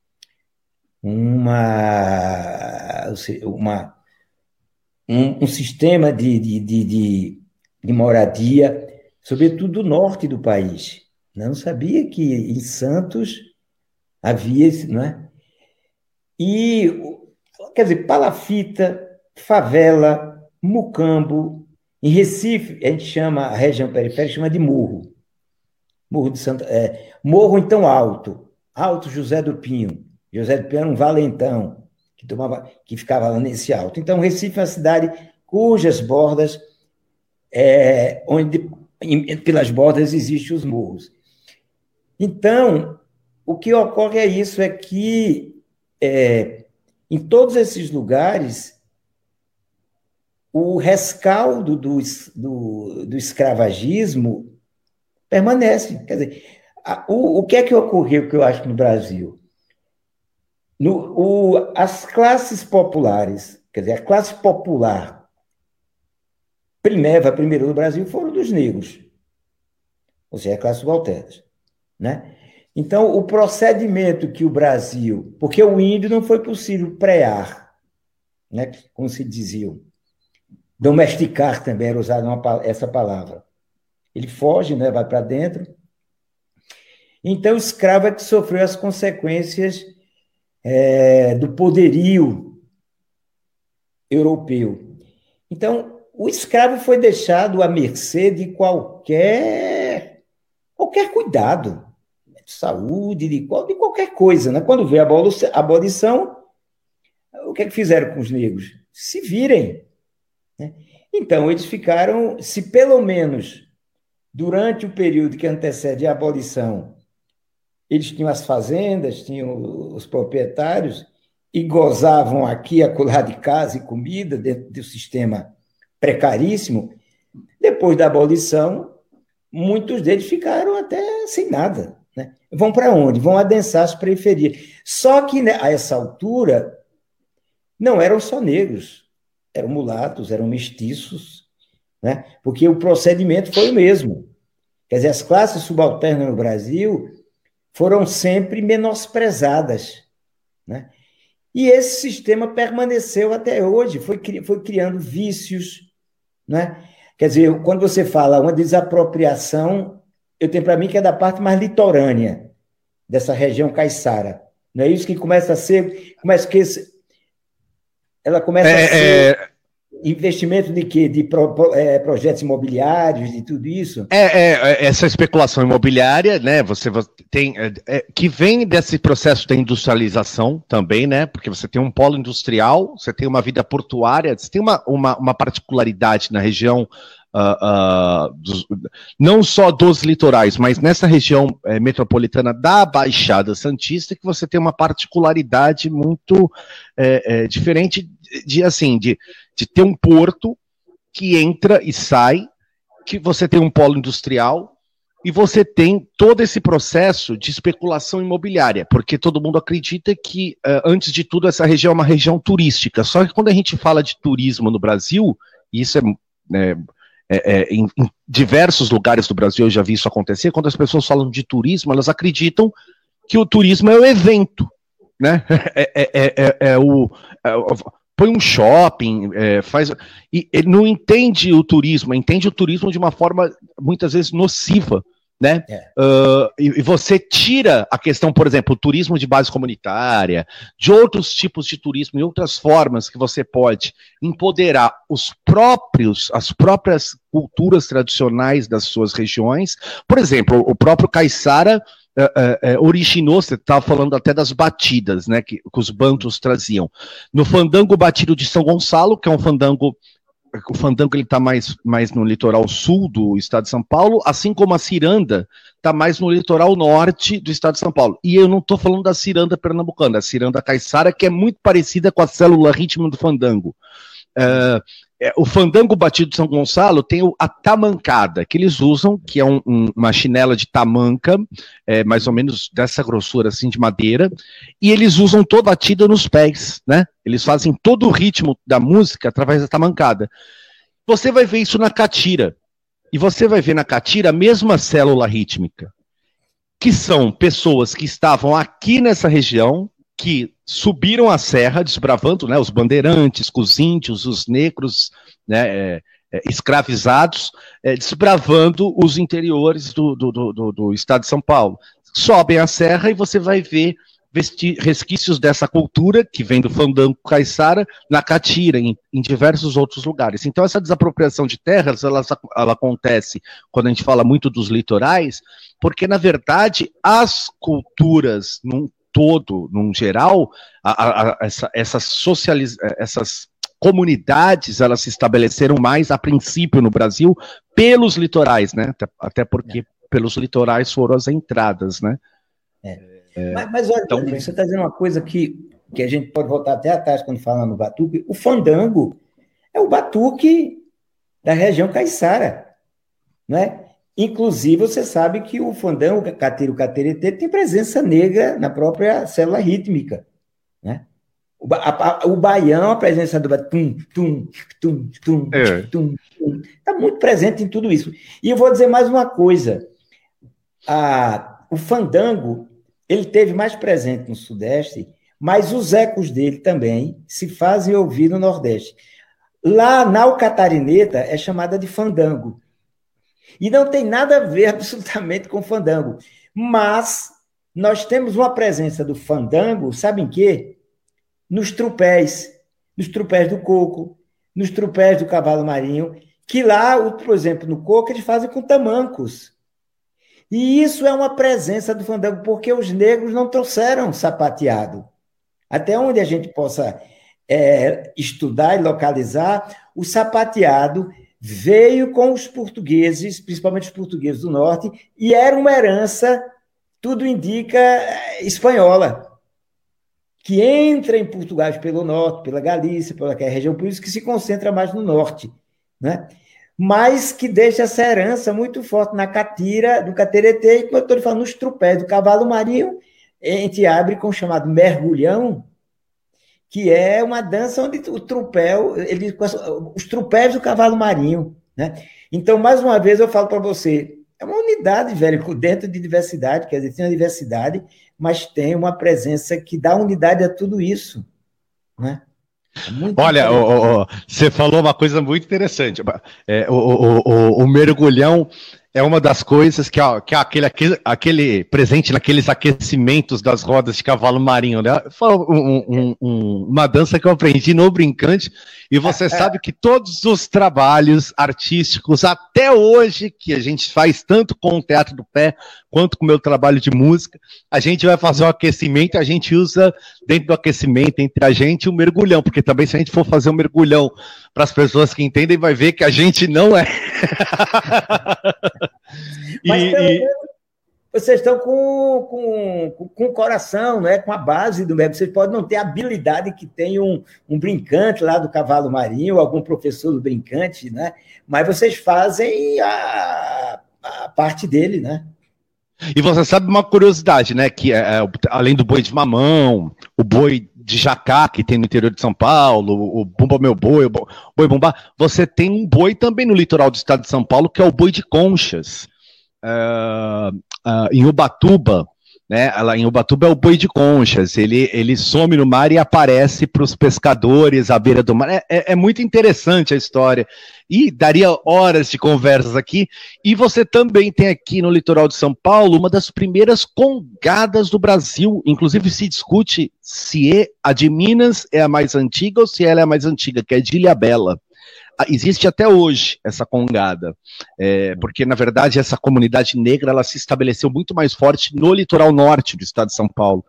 uma, uma um, um sistema de, de, de, de, de moradia, sobretudo do norte do país. Não sabia que em Santos havia esse, não é? E, quer dizer, palafita, favela, mucambo. Em Recife, a gente chama, a região periférica chama de morro. Morro de Santa, é, Morro, então, Alto. Alto José do Pinho. José do Pinho era um valentão que, tomava, que ficava lá nesse alto. Então, Recife é uma cidade cujas bordas, é, onde em, pelas bordas existem os morros. Então, o que ocorre é isso, é que é, em todos esses lugares, o rescaldo do, do, do escravagismo permanece. Quer dizer, a, o, o que é que ocorreu, que eu acho, no Brasil? No, o, as classes populares, quer dizer, a classe popular primeva, primeiro no Brasil, foram dos negros, ou seja, a classe subalternas, né? Então, o procedimento que o Brasil... Porque o índio não foi possível prear, né, como se dizia. Domesticar também era usada uma, essa palavra. Ele foge, né, vai para dentro. Então, o escravo é que sofreu as consequências é, do poderio europeu. Então, o escravo foi deixado à mercê de qualquer, qualquer cuidado, de saúde, de, de qualquer coisa, né? Quando veio a abolição, o que é que fizeram com os negros? Se virem. Né? Então, eles ficaram, se pelo menos durante o período que antecede a abolição, eles tinham as fazendas, tinham os proprietários e gozavam aqui e acolá de casa e comida dentro do sistema precaríssimo. Depois da abolição, muitos deles ficaram até sem nada. Né? Vão para onde? Vão adensar as periferias. Só que, né, a essa altura, não eram só negros, eram mulatos, eram mestiços, né? Porque o procedimento foi o mesmo. Quer dizer, as classes subalternas no Brasil foram sempre menosprezadas, né? E esse sistema permaneceu até hoje, foi, foi criando vícios, né? Quer dizer, quando você fala uma desapropriação, eu tenho para mim que é da parte mais litorânea dessa região caiçara. Não é isso que começa a ser... Começa que esse, ela começa é, a ser... É... Investimento de quê? De pro, é, projetos imobiliários, de tudo isso? É, é, essa especulação imobiliária, né? Você tem é, que vem desse processo da industrialização também, né? Porque você tem um polo industrial, você tem uma vida portuária, você tem uma, uma, uma particularidade na região, uh, uh, dos, não só dos litorais, mas nessa região é, metropolitana da Baixada Santista, que você tem uma particularidade muito é, é, diferente de, de assim, de de ter um porto que entra e sai, que você tem um polo industrial e você tem todo esse processo de especulação imobiliária, porque todo mundo acredita que, uh, antes de tudo, essa região é uma região turística. Só que quando a gente fala de turismo no Brasil, e isso é, é, é, é em, em diversos lugares do Brasil, eu já vi isso acontecer, quando as pessoas falam de turismo, elas acreditam que o turismo é o evento, né? É, é, é, é, é o... É, põe um shopping, é, faz... E ele não entende o turismo, entende o turismo de uma forma, muitas vezes, nociva, né? É. Uh, e, e você tira a questão, por exemplo, o turismo de base comunitária, de outros tipos de turismo e outras formas que você pode empoderar os próprios, as próprias culturas tradicionais das suas regiões. Por exemplo, o próprio caiçara Uh, uh, uh, originou, você estava falando até das batidas, né, que, que os bantus traziam. No fandango batido de São Gonçalo, que é um fandango, o fandango ele está mais, mais no litoral sul do estado de São Paulo, assim como a ciranda está mais no litoral norte do estado de São Paulo. E eu não estou falando da ciranda pernambucana, a ciranda caiçara, que é muito parecida com a célula ritmo do fandango. Uh, é, o fandango batido de São Gonçalo tem o, a tamancada, que eles usam, que é um, um, uma chinela de tamanca, é, mais ou menos dessa grossura assim de madeira, e eles usam toda a batida nos pés, né? Eles fazem todo o ritmo da música através da tamancada. Você vai ver isso na catira, e você vai ver na catira a mesma célula rítmica, que são pessoas que estavam aqui nessa região, que subiram a serra, desbravando, né, os bandeirantes, os índios, os negros, né, é, é, escravizados, é, desbravando os interiores do, do, do, do estado de São Paulo. Sobem a serra e você vai ver vesti- resquícios dessa cultura, que vem do fandango caiçara, na catira, em, em diversos outros lugares. Então essa desapropriação de terras, ela, ela acontece quando a gente fala muito dos litorais, porque na verdade as culturas, num todo, num geral, a, a, a, essa, essas, socializ... essas comunidades, elas se estabeleceram mais a princípio no Brasil pelos litorais, né? Até, até porque é. pelos litorais foram as entradas, né? É. É... Mas, mas olha, então... você está dizendo uma coisa que, que a gente pode voltar até atrás quando fala no batuque. O fandango é o batuque da região caiçara, não é? Inclusive, você sabe que o fandango, o catiro, o cateretê, tem presença negra na própria célula rítmica, né? O, a, a, o baião, a presença do tum, tum, tum, tum, é. tum, tum, está muito presente em tudo isso. E eu vou dizer mais uma coisa. A, o fandango, ele teve mais presente no Sudeste, mas os ecos dele também se fazem ouvir no Nordeste. Lá, na Alcatarineta, é chamada de fandango. E não tem nada a ver absolutamente com fandango. Mas nós temos uma presença do fandango, sabe em quê? Nos trupés, nos trupés do coco, nos trupés do cavalo marinho, que lá, por exemplo, no coco, eles fazem com tamancos. E isso é uma presença do fandango, porque os negros não trouxeram sapateado. Até onde a gente possa é, estudar e localizar, o sapateado veio com os portugueses, principalmente os portugueses do norte, e era uma herança, tudo indica, espanhola, que entra em Portugal pelo norte, pela Galícia, pela região, por isso que se concentra mais no norte, né? Mas que deixa essa herança muito forte na catira, do cateretê, e como eu estou falando, nos trupés do cavalo marinho, a gente abre com o chamado mergulhão, que é uma dança onde o trupéu, ele, os trupés do cavalo marinho, né? Então, mais uma vez, eu falo para você, é uma unidade, velho, dentro de diversidade, quer dizer, tem uma diversidade, mas tem uma presença que dá unidade a tudo isso, né? É Olha, o, o, você falou uma coisa muito interessante. É, o, o, o, o mergulhão É uma das coisas que, ó, que aquele, aquele, aquele presente naqueles aquecimentos das rodas de cavalo marinho, né? Foi um, um, um, uma dança que eu aprendi no Brincante, e você sabe que todos os trabalhos artísticos, até hoje, que a gente faz tanto com o Teatro do Pé, quanto com o meu trabalho de música, a gente vai fazer um aquecimento, a gente usa dentro do aquecimento, entre a gente, o mergulhão, porque também se a gente for fazer um mergulhão para as pessoas que entendem, vai ver que a gente não é. Mas e, pelo e... menos vocês estão com, com, com o coração, né? Com a base do médico. Vocês podem não ter a habilidade que tem um, um brincante lá do cavalo marinho, algum professor do brincante, né? Mas vocês fazem a, a parte dele, né? E você sabe uma curiosidade, né? Que é, além do boi de mamão, o boi de jacá que tem no interior de São Paulo, o Bumba Meu Boi, o Boi Bumbá, você tem um boi também no litoral do estado de São Paulo, que é o boi de conchas. Uh, uh, em Ubatuba, né? Lá em Ubatuba é o boi de conchas, ele, ele some no mar e aparece para os pescadores à beira do mar. É, é, é muito interessante a história, e daria horas de conversas aqui. E você também tem aqui no litoral de São Paulo uma das primeiras congadas do Brasil, inclusive se discute se é a de Minas é a mais antiga ou se ela é a mais antiga, que é de Ilhabela. Existe até hoje essa congada, é, porque na verdade essa comunidade negra ela se estabeleceu muito mais forte no litoral norte do estado de São Paulo.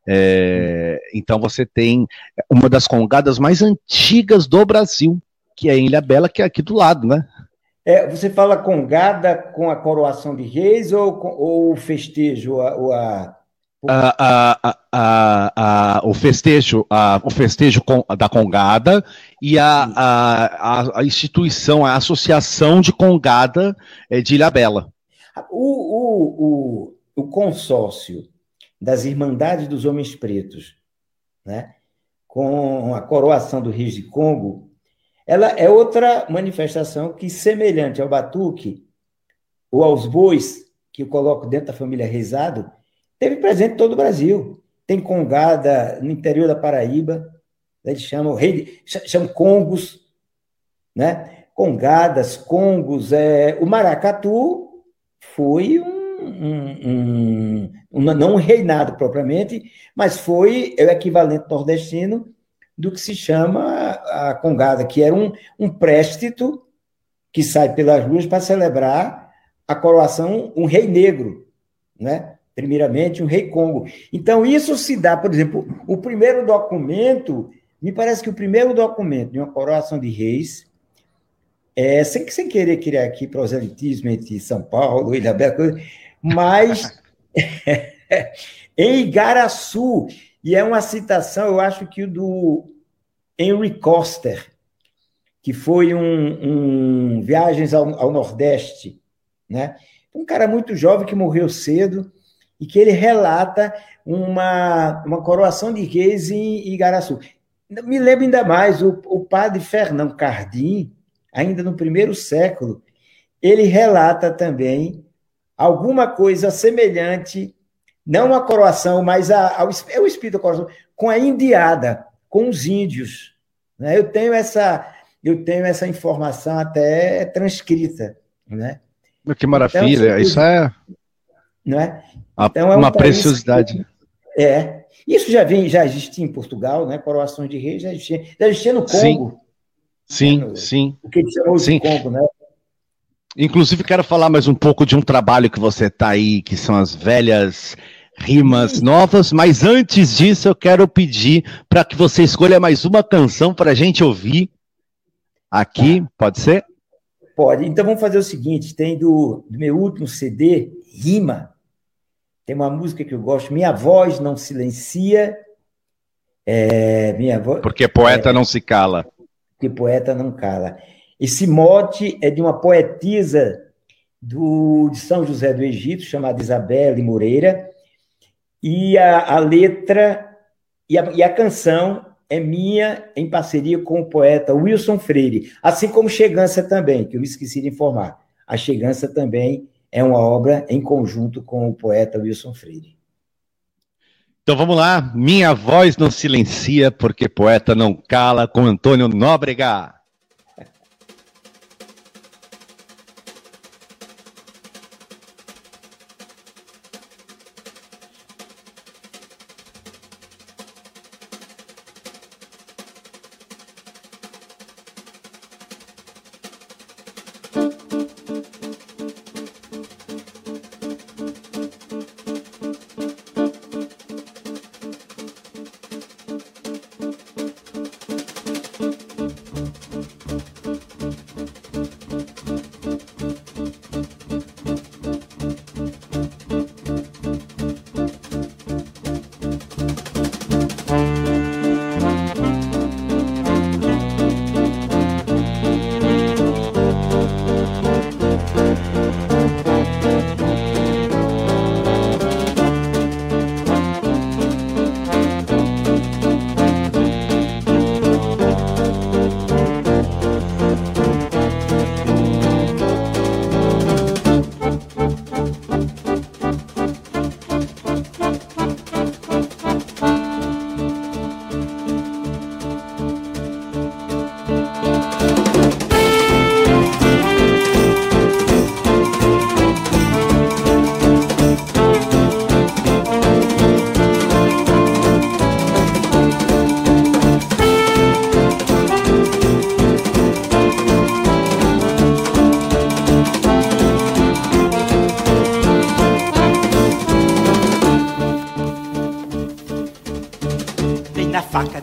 É, então você tem uma das congadas mais antigas do Brasil, que é em Ilhabela, que é aqui do lado, né? É, você fala congada com a coroação de reis ou, ou o festejo, ou a... A, a, a, a, a, o festejo, a, o festejo com, da Congada e a, a, a instituição, a associação de Congada de Ilhabela. O, o, o, o consórcio das Irmandades dos Homens Pretos, né, com a coroação do Reis de Congo, ela é outra manifestação que, semelhante ao batuque ou aos bois, que eu coloco dentro da família Reisado, teve presente em todo o Brasil. Tem congada no interior da Paraíba, eles chamam, chamam congos, né? Congadas, congos. É... O maracatu foi um, um, um, um, não um reinado propriamente, mas foi o equivalente nordestino do que se chama a congada, que era um, um préstito que sai pelas ruas para celebrar a coroação, um rei negro, né? Primeiramente, um rei Congo. Então, isso se dá, por exemplo, o primeiro documento, me parece que o primeiro documento de uma coroação de reis, é, sem, sem querer criar aqui proselitismo entre São Paulo, Ilhabela, mas em Igaraçu, e é uma citação, eu acho que do Henry Coster, que foi um, um Viagens ao, ao Nordeste, né? Um cara muito jovem que morreu cedo, e que ele relata uma, uma coroação de reis em Igaraçu. Me lembro ainda mais, o, o padre Fernão Cardim, ainda no primeiro século, ele relata também alguma coisa semelhante, não a coroação, mas a, ao, é o espírito da coroação, com a indiada, com os índios. Né? Eu tenho essa, eu tenho essa informação até transcrita. Né? Que maravilha, então, isso é... Não é? Então, é um uma preciosidade. Que, é. Isso já vem, já existia em Portugal, né? Coroações de reis já existia, já existia no Congo. Sim, né? no, sim. O que eles chamam de Congo, né? Inclusive, quero falar mais um pouco de um trabalho que você está aí, que são as velhas rimas novas, mas antes disso eu quero pedir para que você escolha mais uma canção para a gente ouvir aqui, tá. Pode ser? Pode. Então vamos fazer o seguinte, tem do, do meu último C D, Rima, tem uma música que eu gosto, Minha Voz Não Silencia, é, minha vo... Porque poeta é, não se cala. Porque poeta não cala. Esse mote é de uma poetisa do, de São José do Egito, chamada Isabelle Moreira, e a, a letra e a, e a canção é minha em parceria com o poeta Wilson Freire, assim como Chegança também, que eu esqueci de informar. A Chegança também é uma obra em conjunto com o poeta Wilson Freire. Então vamos lá, Minha Voz Não Silencia, porque poeta não cala, com Antônio Nóbrega.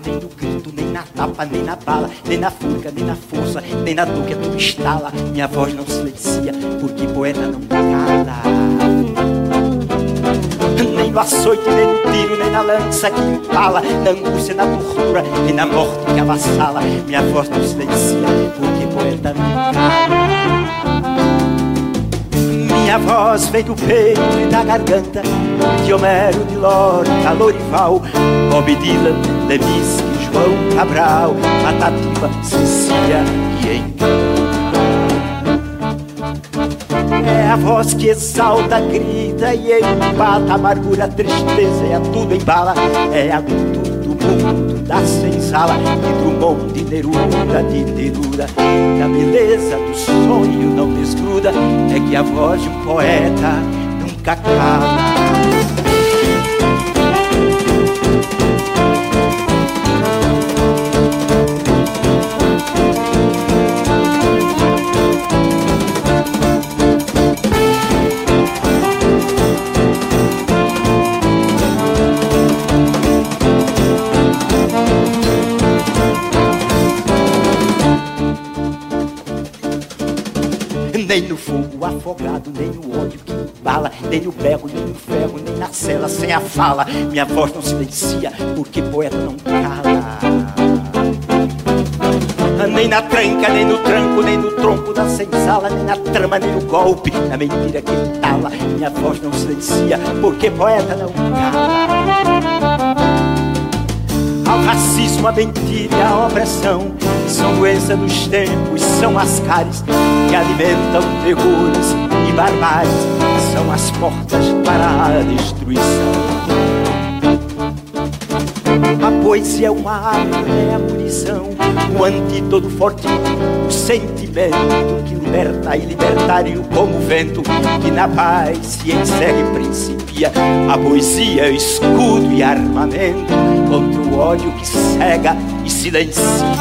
vem no grito, nem na tapa, nem na bala, nem na fúria, nem na força, nem na dor que tudo estala. Minha voz não silencia, porque poeta não cala. Nem no açoite, nem no tiro, nem na lança que empala, na angústia, na tortura, nem na morte que avassala. Minha voz não silencia, porque poeta não cala. Minha voz vem do peito e da garganta, de Homero, de Lorca, Lorival, Bob Dylan, Leminski, João Cabral, Patativa, Cecília e encanta. É a voz que exalta, grita e empata, amargura, tristeza, é a tudo embala. É a tudo do mundo da senzala, de Drummond, de Neruda, de Neruda. Que a beleza do sonho não desgruda, é que a voz de um poeta nunca cala. Nem no fogo afogado, nem no ódio que embala, nem no berro, nem no ferro, nem na cela sem a fala. Minha voz não silencia, porque poeta não cala. Nem na tranca, nem no tranco, nem no tronco da senzala, nem na trama, nem no golpe, na mentira que entala. Minha voz não silencia, porque poeta não cala. Ao racismo, a mentira e a opressão são doença dos tempos, são as cáries que alimentam terrores e barbáries, são as portas para a destruição. A poesia é uma arma, é a munição, o antídoto fortinho, o sentimento que liberta e libertário como o vento, que na paz se encerra e principia. A poesia é escudo e armamento contra o ódio que cega e silencia.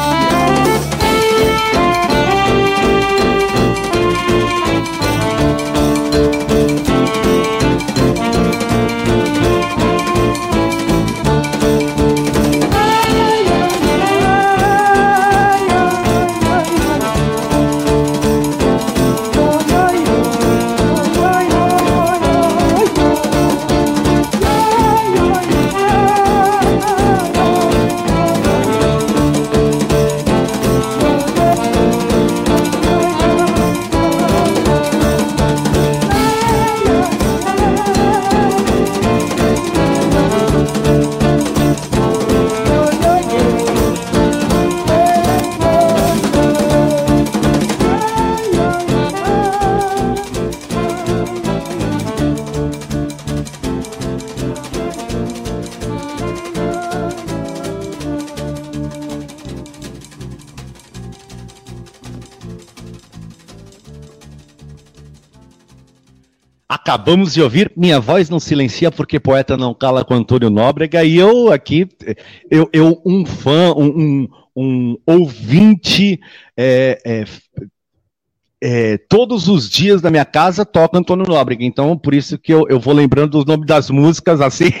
Acabamos de ouvir Minha Voz Não Silencia Porque Poeta Não Cala com Antônio Nóbrega, e eu aqui, eu, eu um fã, um, um, um ouvinte, é, é, é, todos os dias da minha casa toca Antônio Nóbrega, então por isso que eu, eu vou lembrando os nomes das músicas assim.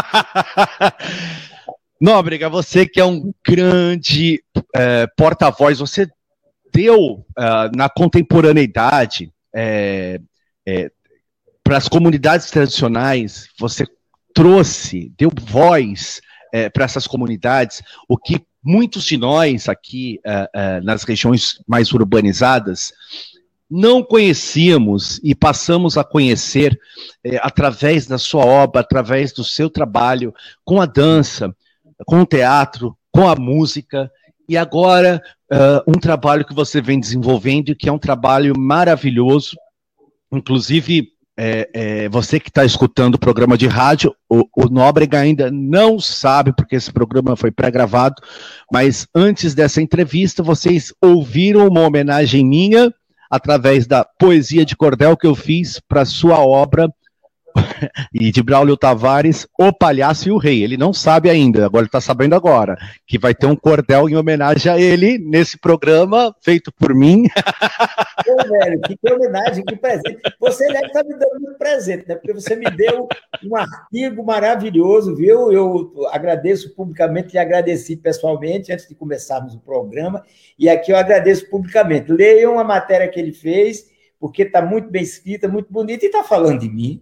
Nóbrega, você que é um grande é, porta-voz, você deu uh, na contemporaneidade, é, é, para as comunidades tradicionais, você trouxe, deu voz é, para essas comunidades, o que muitos de nós aqui uh, uh, nas regiões mais urbanizadas não conhecíamos e passamos a conhecer é, através da sua obra, através do seu trabalho, com a dança, com o teatro, com a música, e agora uh, um trabalho que você vem desenvolvendo e que é um trabalho maravilhoso, inclusive É, é, você que está escutando o programa de rádio, o, o Nóbrega ainda não sabe, porque esse programa foi pré-gravado, mas antes dessa entrevista, vocês ouviram uma homenagem minha, através da poesia de cordel que eu fiz para sua obra e de Braulio Tavares, O Palhaço e o Rei. Ele não sabe ainda, agora ele está sabendo agora, que vai ter um cordel em homenagem a ele nesse programa, feito por mim. Pô, velho, que homenagem, que presente. Você deve estar me dando um presente, né? Porque você me deu um artigo maravilhoso, viu? Eu agradeço publicamente e agradeci pessoalmente antes de começarmos o programa, e aqui eu agradeço publicamente. Leiam a matéria que ele fez, porque está muito bem escrita, muito bonita, e está falando de mim.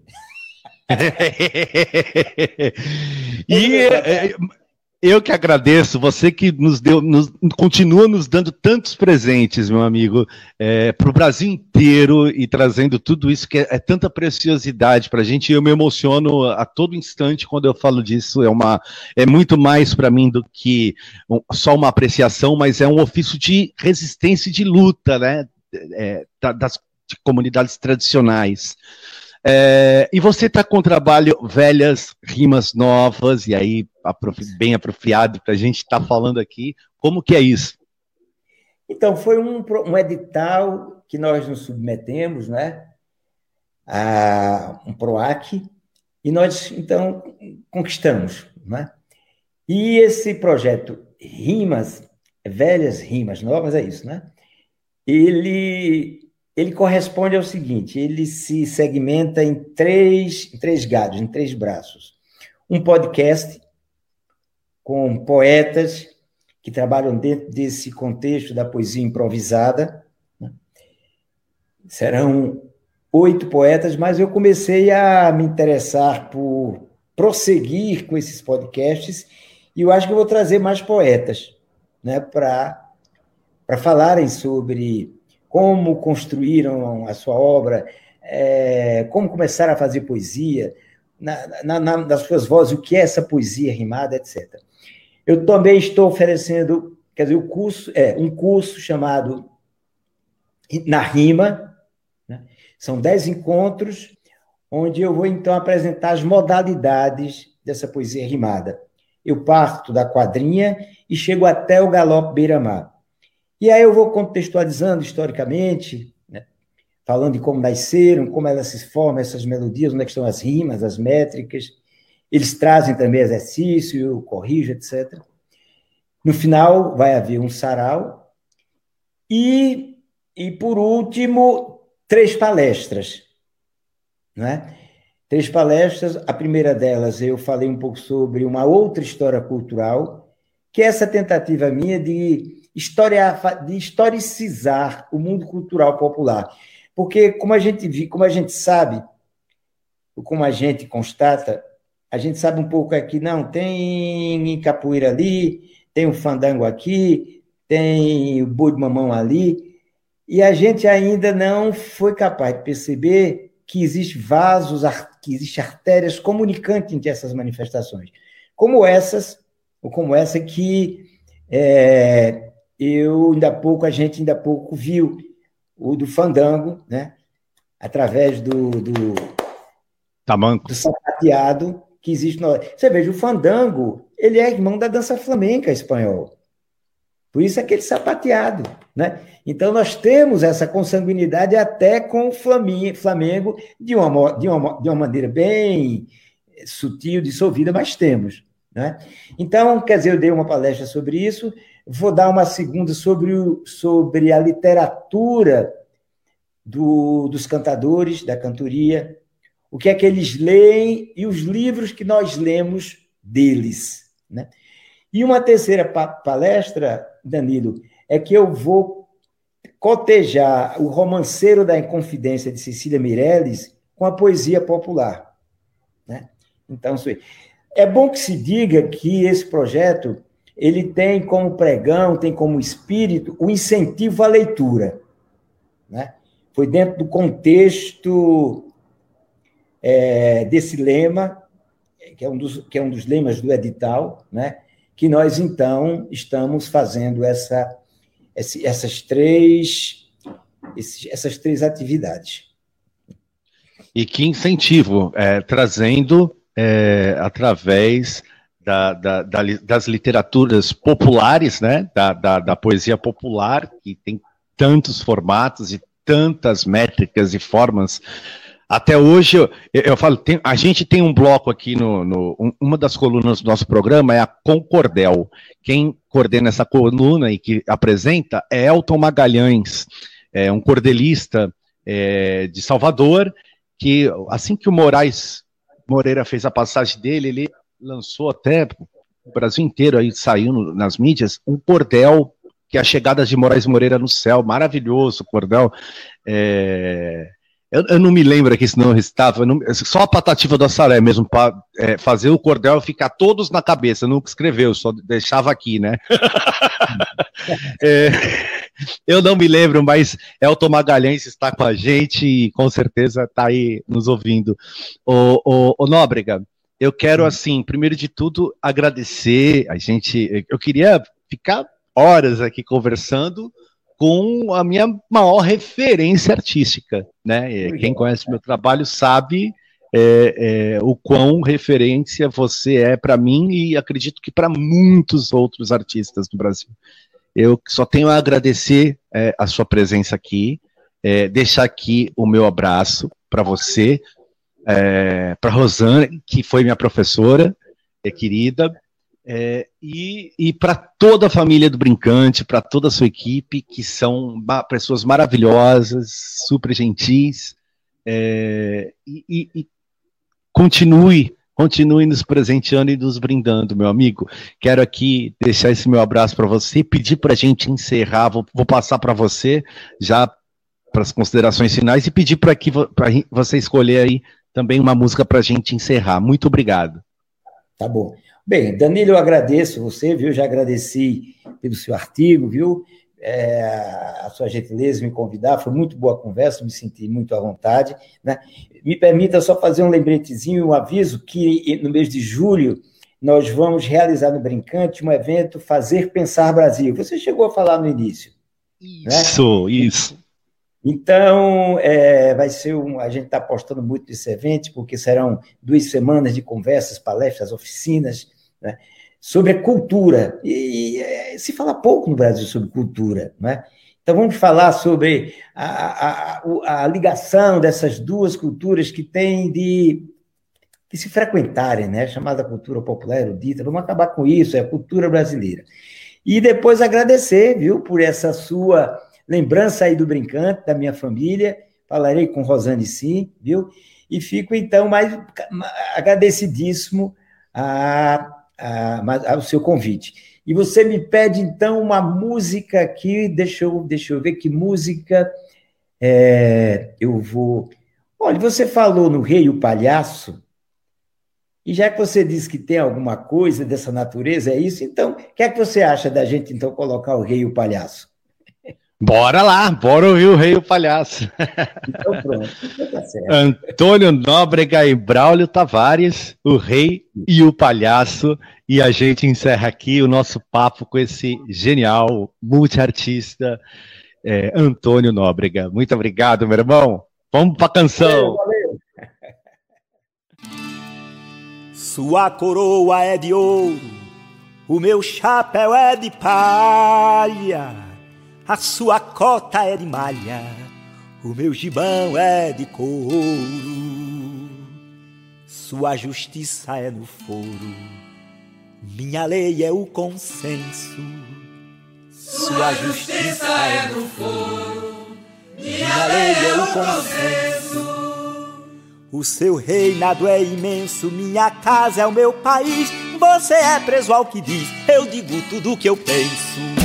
E é, eu que agradeço, você que nos deu, nos, continua nos dando tantos presentes, meu amigo, é, para o Brasil inteiro e trazendo tudo isso que é, é tanta preciosidade para a gente. Eu me emociono a todo instante quando eu falo disso. É, uma, é muito mais para mim do que um, só uma apreciação, mas é um ofício de resistência e de luta, né? É, das de comunidades tradicionais. É, e você está com o trabalho Velhas Rimas Novas, e aí bem apropriado para a gente estar tá falando aqui. Como que é isso? Então, foi um, um edital que nós nos submetemos, né, a um PROAC, e nós, então, conquistamos. Né? E esse projeto Rimas, Velhas Rimas Novas, é isso, né? Ele... Ele corresponde ao seguinte, ele se segmenta em três, em três gados, em três braços. Um podcast com poetas que trabalham dentro desse contexto da poesia improvisada. Né? Serão oito poetas, mas eu comecei a me interessar por prosseguir com esses podcasts e eu acho que eu vou trazer mais poetas, né, para para falarem sobre como construíram a sua obra, é, como começaram a fazer poesia, na, na, na, nas suas vozes, o que é essa poesia rimada, etcétera. Eu também estou oferecendo, quer dizer, o curso, é, um curso chamado Na Rima, né? São dez encontros, onde eu vou, então, apresentar as modalidades dessa poesia rimada. Eu parto da quadrinha e chego até o galope beira-mar. E aí eu vou contextualizando historicamente, né, falando de como nasceram, como elas se formam, essas melodias, onde é que estão as rimas, as métricas. Eles trazem também exercício, eu corrijo, etcétera. No final vai haver um sarau e, e por último, três palestras. Né? Três palestras, a primeira delas eu falei um pouco sobre uma outra história cultural, que é essa tentativa minha de História, de historicizar o mundo cultural popular. Porque, como a gente, como a gente sabe, como a gente constata, a gente sabe um pouco aqui, não, tem capoeira ali, tem o fandango aqui, tem o boi de mamão ali, e a gente ainda não foi capaz de perceber que existe vasos, que existe artérias comunicantes entre essas manifestações, como essas, ou como essa que... É, eu, ainda há pouco, a gente ainda há pouco viu o do fandango, né? Através do, do, Tamanco. do sapateado que existe. No... Você veja, o fandango, ele é irmão da dança flamenca espanhol. Por isso é aquele sapateado, né? Então, nós temos essa consanguinidade até com o Flamengo de uma, de uma, de uma maneira bem sutil, dissolvida, mas temos. Né? Então, quer dizer, eu dei uma palestra sobre isso, vou dar uma segunda sobre, o, sobre a literatura do, dos cantadores, da cantoria, o que é que eles leem e os livros que nós lemos deles. Né? E uma terceira pa- palestra, Danilo, é que eu vou cotejar o Romanceiro da Inconfidência de Cecília Meirelles com a poesia popular. Né? Então, é bom que se diga que esse projeto ele tem como pregão, tem como espírito o incentivo à leitura. Né? Foi dentro do contexto é, desse lema, que é, um dos, que é um dos lemas do edital, né? Que nós, então, estamos fazendo essa, esse, essas, três, esses, essas três atividades. E que incentivo, é, trazendo... É, através da, da, da, das literaturas populares, né, da, da, da poesia popular, que tem tantos formatos e tantas métricas e formas Até hoje, eu, eu falo, tem, a gente tem um bloco aqui, no, no um, uma das colunas do nosso programa é a Concordel. Quem coordena essa coluna e que apresenta é Elton Magalhães, é um cordelista é, de Salvador, que assim que o Moraes Moreira fez a passagem dele, ele lançou até o Brasil inteiro, aí saiu no, nas mídias, um cordel, que é a chegada de Moraes Moreira no céu, maravilhoso cordel. É... Eu, eu não me lembro aqui, senão eu estava. Não, só a Patativa do Assaré mesmo, para é, fazer o cordel ficar todos na cabeça. Eu nunca escreveu, só deixava aqui, né? é, eu não me lembro, mas Elton Magalhães está com a gente e com certeza está aí nos ouvindo. Ô, ô, ô Nóbrega, eu quero, assim, primeiro de tudo, agradecer. A gente. Eu queria ficar horas aqui conversando com a minha maior referência artística, né? Quem conhece meu trabalho sabe é, é, o quão referência você é para mim e acredito que para muitos outros artistas do Brasil. Eu só tenho a agradecer é, a sua presença aqui, é, deixar aqui o meu abraço para você, é, para Rosane, que foi minha professora, é, querida, É, e, e para toda a família do Brincante, para toda a sua equipe, que são pessoas maravilhosas, super gentis, é, e, e, e continue, continue nos presenteando e nos brindando, meu amigo. Quero aqui deixar esse meu abraço para você, pedir para a gente encerrar, vou, vou passar para você já para as considerações finais e pedir para que pra você escolher aí também uma música para a gente encerrar. Muito obrigado. Tá bom. Bem, Danilo, eu agradeço você, viu? Já agradeci pelo seu artigo, viu? É, a sua gentileza de me convidar, foi muito boa a conversa, me senti muito à vontade, né? Me permita só fazer um lembretezinho, um aviso, que no mês de julho nós vamos realizar no Brincante um evento Fazer Pensar Brasil. Você chegou a falar no início. Isso, né? Isso. Então, é, vai ser um, a gente está apostando muito nesse evento, porque serão duas semanas de conversas, palestras, oficinas, né, sobre a cultura. E, e se fala pouco no Brasil sobre cultura, né? Então, vamos falar sobre a, a, a ligação dessas duas culturas que têm de, de se frequentarem, né? Chamada cultura popular erudita. Vamos acabar com isso, é a cultura brasileira. E depois agradecer, viu, por essa sua lembrança aí do Brincante, da minha família, falarei com Rosane sim, viu? E fico, então, mais agradecidíssimo a, a, ao seu convite. E você me pede, então, uma música aqui, deixa eu, deixa eu ver que música é, eu vou... Olha, você falou no Rei e o Palhaço, e já que você disse que tem alguma coisa dessa natureza, é isso, então, o que é que você acha da gente, então, colocar o Rei e o Palhaço? Bora lá, bora ouvir o Rei e o Palhaço. Então pronto, então tá certo. Antônio Nóbrega e Braulio Tavares, o Rei e o Palhaço, e a gente encerra aqui o nosso papo com esse genial multiartista é, Antônio Nóbrega. Muito obrigado, meu irmão. Vamos pra canção. Valeu, valeu. Sua coroa é de ouro, o meu chapéu é de palha. A sua cota é de malha, o meu gibão é de couro. Sua justiça é no foro, minha lei é o consenso. Sua justiça é no foro, minha lei é o consenso. O seu reinado é imenso, minha casa é o meu país. Você é preso ao que diz, eu digo tudo o que eu penso.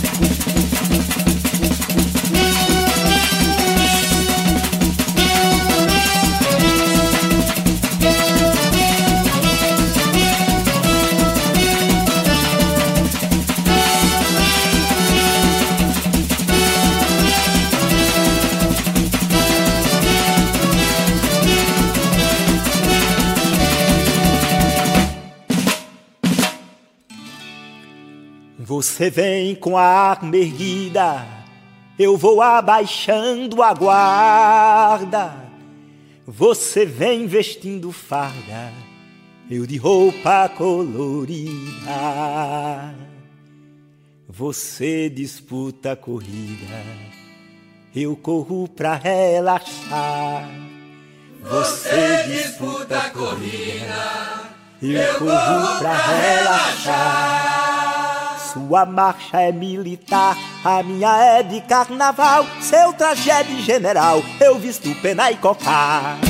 Você vem com a arma erguida, eu vou abaixando a guarda. Você vem vestindo farda, eu de roupa colorida. Você disputa a corrida, eu corro pra relaxar. Você disputa a corrida, eu corro pra relaxar. Sua marcha é militar, a minha é de carnaval. Seu traje é de general, eu visto pena e cocar.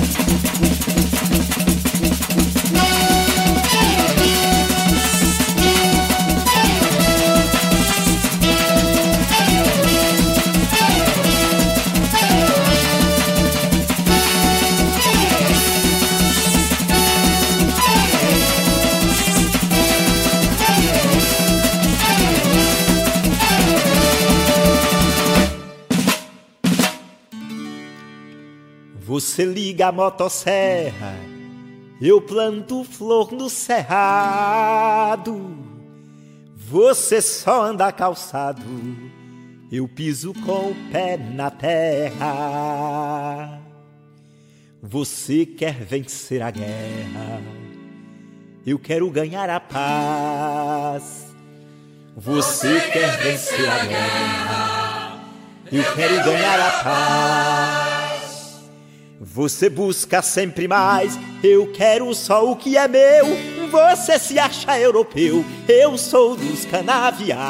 Você liga a motosserra, eu planto flor no cerrado. Você só anda calçado, eu piso com o pé na terra. Você quer vencer a guerra, eu quero ganhar a paz. Você quer vencer a guerra, eu quero ganhar a paz. Você busca sempre mais, eu quero só o que é meu. Você se acha europeu, eu sou dos canaviais.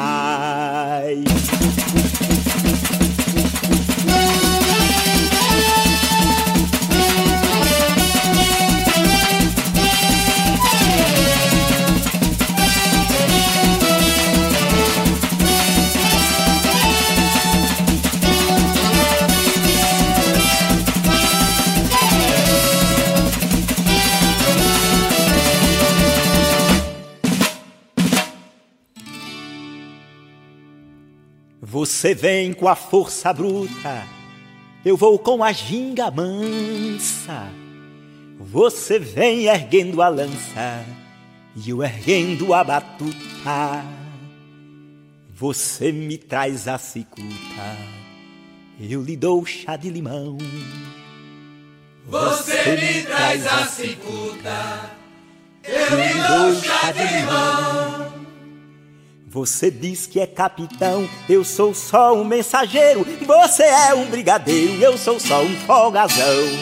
Você vem com a força bruta, eu vou com a ginga mansa. Você vem erguendo a lança e eu erguendo a batuta. Você me traz a cicuta, eu lhe dou chá de limão. Você me traz a cicuta, eu lhe dou chá de limão. Você diz que é capitão, eu sou só um mensageiro. Você é um brigadeiro, eu sou só um folgazão.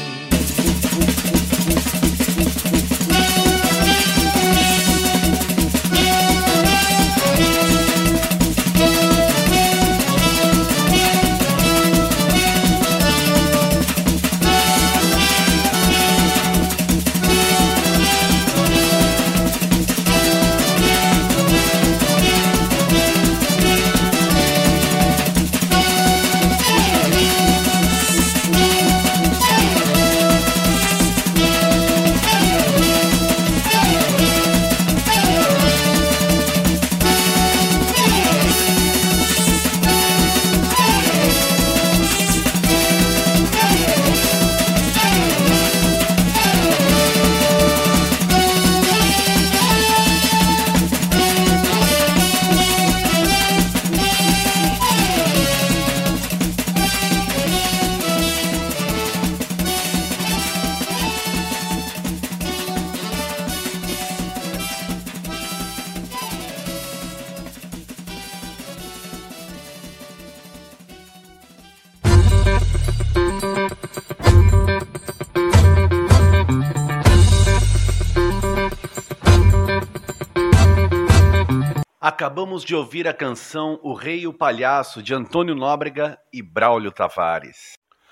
Acabamos de ouvir a canção O Rei e o Palhaço, de Antônio Nóbrega e Braulio Tavares.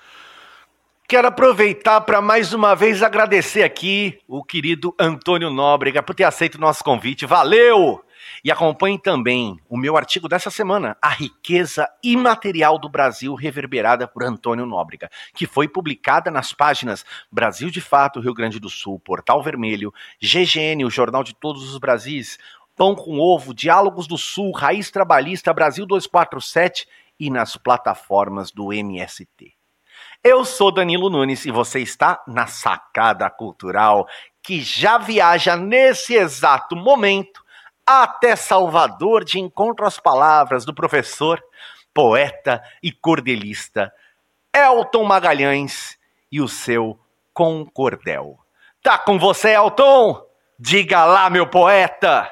Quero aproveitar para mais uma vez agradecer aqui o querido Antônio Nóbrega por ter aceito o nosso convite. Valeu! E acompanhe também o meu artigo dessa semana, A Riqueza Imaterial do Brasil, reverberada por Antônio Nóbrega, que foi publicada nas páginas Brasil de Fato, Rio Grande do Sul, Portal Vermelho, G G N, o Jornal de Todos os Brasis, Pão com Ovo, Diálogos do Sul, Raiz Trabalhista, Brasil duzentos e quarenta e sete e nas plataformas do M S T. Eu sou Danilo Nunes e você está na Sacada Cultural, que já viaja nesse exato momento até Salvador, de encontro às palavras do professor, poeta e cordelista Elton Magalhães e o seu Concordel. Tá com você, Elton? Diga lá, meu poeta!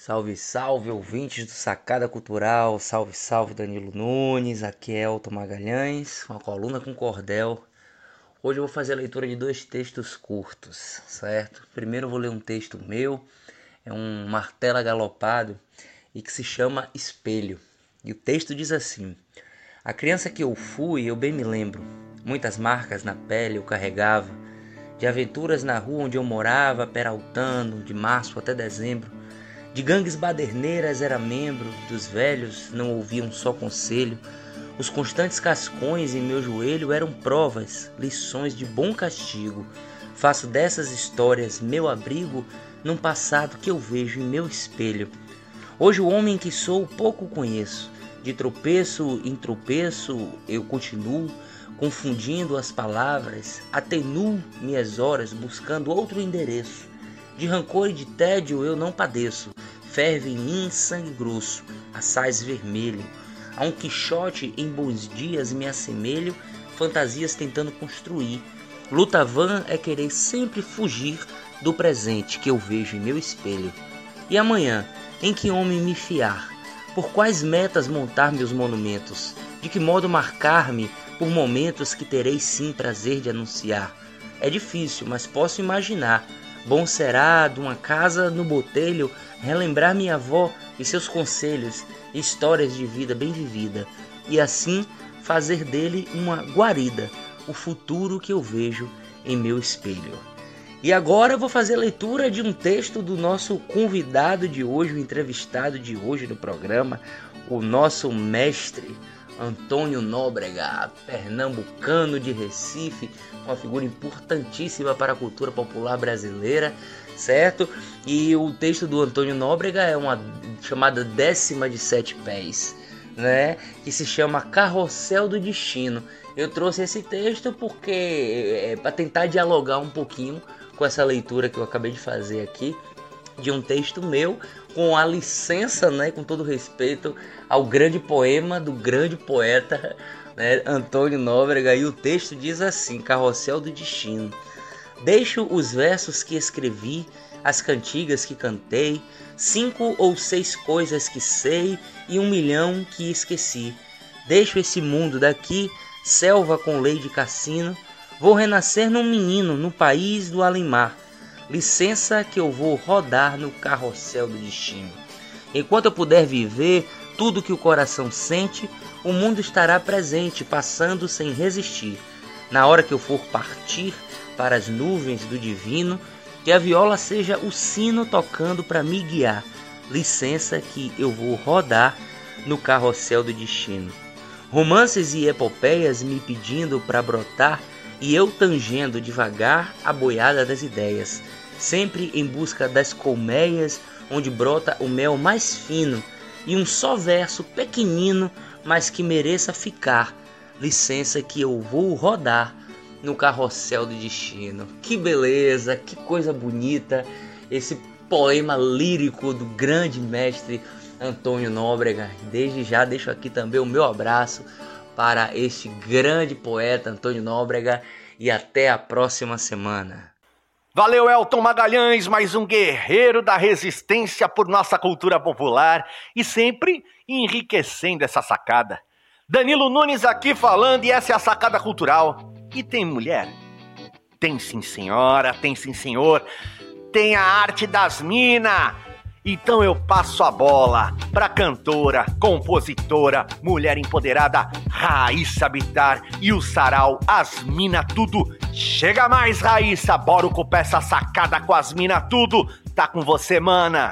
Salve, salve, ouvintes do Sacada Cultural. Salve, salve, Danilo Nunes. Aqui é Elton Magalhães, uma coluna com cordel. Hoje eu vou fazer a leitura de dois textos curtos, certo? Primeiro eu vou ler um texto meu, é um martelo agalopado e que se chama Espelho. E o texto diz assim: a criança que eu fui, eu bem me lembro. Muitas marcas na pele eu carregava, de aventuras na rua onde eu morava, peraltando, de março até dezembro. De gangues baderneiras era membro, dos velhos não ouviam só conselho. Os constantes cascões em meu joelho eram provas, lições de bom castigo. Faço dessas histórias meu abrigo num passado que eu vejo em meu espelho. Hoje o homem que sou pouco conheço. De tropeço em tropeço eu continuo, confundindo as palavras, atenuo minhas horas buscando outro endereço. De rancor e de tédio eu não padeço, ferve em mim sangue grosso, assaz vermelho. A um quixote em bons dias me assemelho, fantasias tentando construir. Luta vã é querer sempre fugir do presente que eu vejo em meu espelho. E amanhã, em que homem me fiar? Por quais metas montar meus monumentos? De que modo marcar-me por momentos que terei sim prazer de anunciar? É difícil, mas posso imaginar. Bom será, de uma casa no botelho, relembrar minha avó e seus conselhos, histórias de vida bem vivida, e assim fazer dele uma guarida, o futuro que eu vejo em meu espelho. E agora eu vou fazer a leitura de um texto do nosso convidado de hoje, o entrevistado de hoje no programa, o nosso mestre Antônio Nóbrega, pernambucano de Recife, uma figura importantíssima para a cultura popular brasileira, certo? E o texto do Antônio Nóbrega é uma chamada Décima de Sete Pés, né? Que se chama Carrossel do Destino. Eu trouxe esse texto porque é para tentar dialogar um pouquinho com essa leitura que eu acabei de fazer aqui, de um texto meu, com a licença, né, com todo respeito ao grande poema do grande poeta, né, Antônio Nóbrega. E o texto diz assim: Carrossel do Destino. Deixo os versos que escrevi, as cantigas que cantei, cinco ou seis coisas que sei e um milhão que esqueci. Deixo esse mundo daqui, selva com lei de cassino, vou renascer num menino no país do além-mar. Licença que eu vou rodar no carrossel do destino. Enquanto eu puder viver tudo que o coração sente, o mundo estará presente, passando sem resistir. Na hora que eu for partir para as nuvens do divino, que a viola seja o sino tocando para me guiar. Licença que eu vou rodar no carrossel do destino. Romances e epopeias me pedindo para brotar, e eu tangendo devagar a boiada das ideias, sempre em busca das colmeias onde brota o mel mais fino, e um só verso pequenino, mas que mereça ficar. Licença que eu vou rodar no carrossel do destino. Que beleza, que coisa bonita esse poema lírico do grande mestre Antônio Nóbrega. Desde já deixo aqui também o meu abraço para este grande poeta Antônio Nóbrega e até a próxima semana. Valeu, Elton Magalhães, mais um guerreiro da resistência por nossa cultura popular e sempre enriquecendo essa sacada. Danilo Nunes aqui falando, e essa é a Sacada Cultural. E tem mulher? Tem sim, senhora, tem sim, senhor. Tem a arte das minas. Então eu passo a bola pra cantora, compositora, mulher empoderada, Raíssa Bittar e o sarau As Mina Tudo. Chega mais, Raíssa, bora ocupar essa sacada com as mina tudo. Tá com você, mana.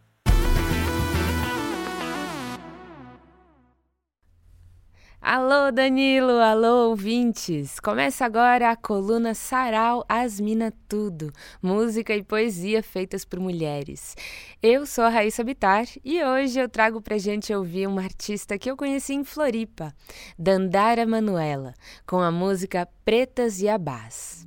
Alô, Danilo, alô, ouvintes! Começa agora a coluna Sarau As Mina Tudo, música e poesia feitas por mulheres. Eu sou a Raíssa Bittar e hoje eu trago pra gente ouvir uma artista que eu conheci em Floripa, Dandara Manuela, com a música Pretas e Abás.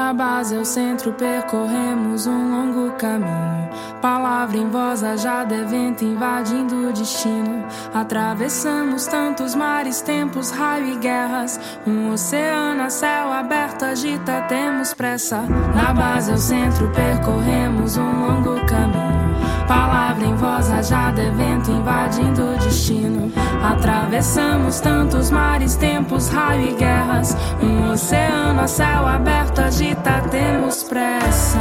Da base ao centro percorremos um longo caminho. Palavra em voz rajada é vento invadindo o destino. Atravessamos tantos mares, tempos, raio e guerras. Um oceano a céu aberto agita, temos pressa. Da base ao centro percorremos um longo caminho. Palavra em voz rajada é vento invadindo o destino. Atravessamos tantos mares, tempos, raio e guerras. Um oceano a céu aberto agita, temos pressa.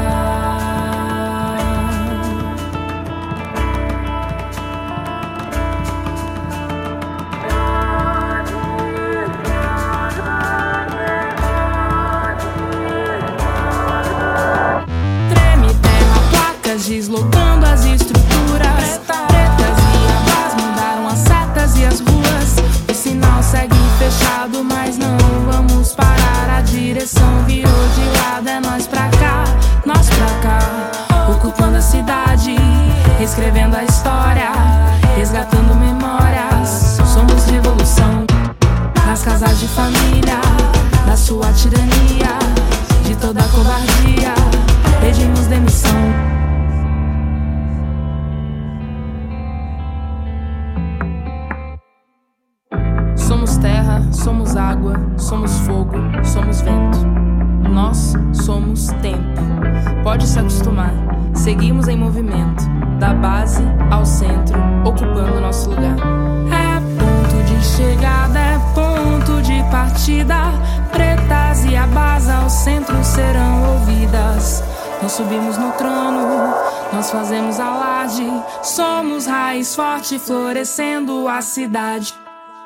Treme terra, placas deslocando as estruturas. Pretas e abas mudaram as setas e as ruas. O sinal segue fechado, mas não vamos parar. A direção virou de lado, é nós pra cá, nós pra cá. Ocupando a cidade, reescrevendo a história, resgatando memórias. Somos revolução das casas de família, da sua tirania, de toda a covardia. Pedimos demissão. Somos terra, somos água, somos fogo, somos vento. Nós somos tempo. Pode se acostumar, seguimos em movimento. Da base ao centro, ocupando nosso lugar. É ponto de chegada, é ponto de partida. Pretas e abas ao centro serão ouvidas. Nós subimos no trono, nós fazemos alarde. Somos raiz forte, florescendo a cidade.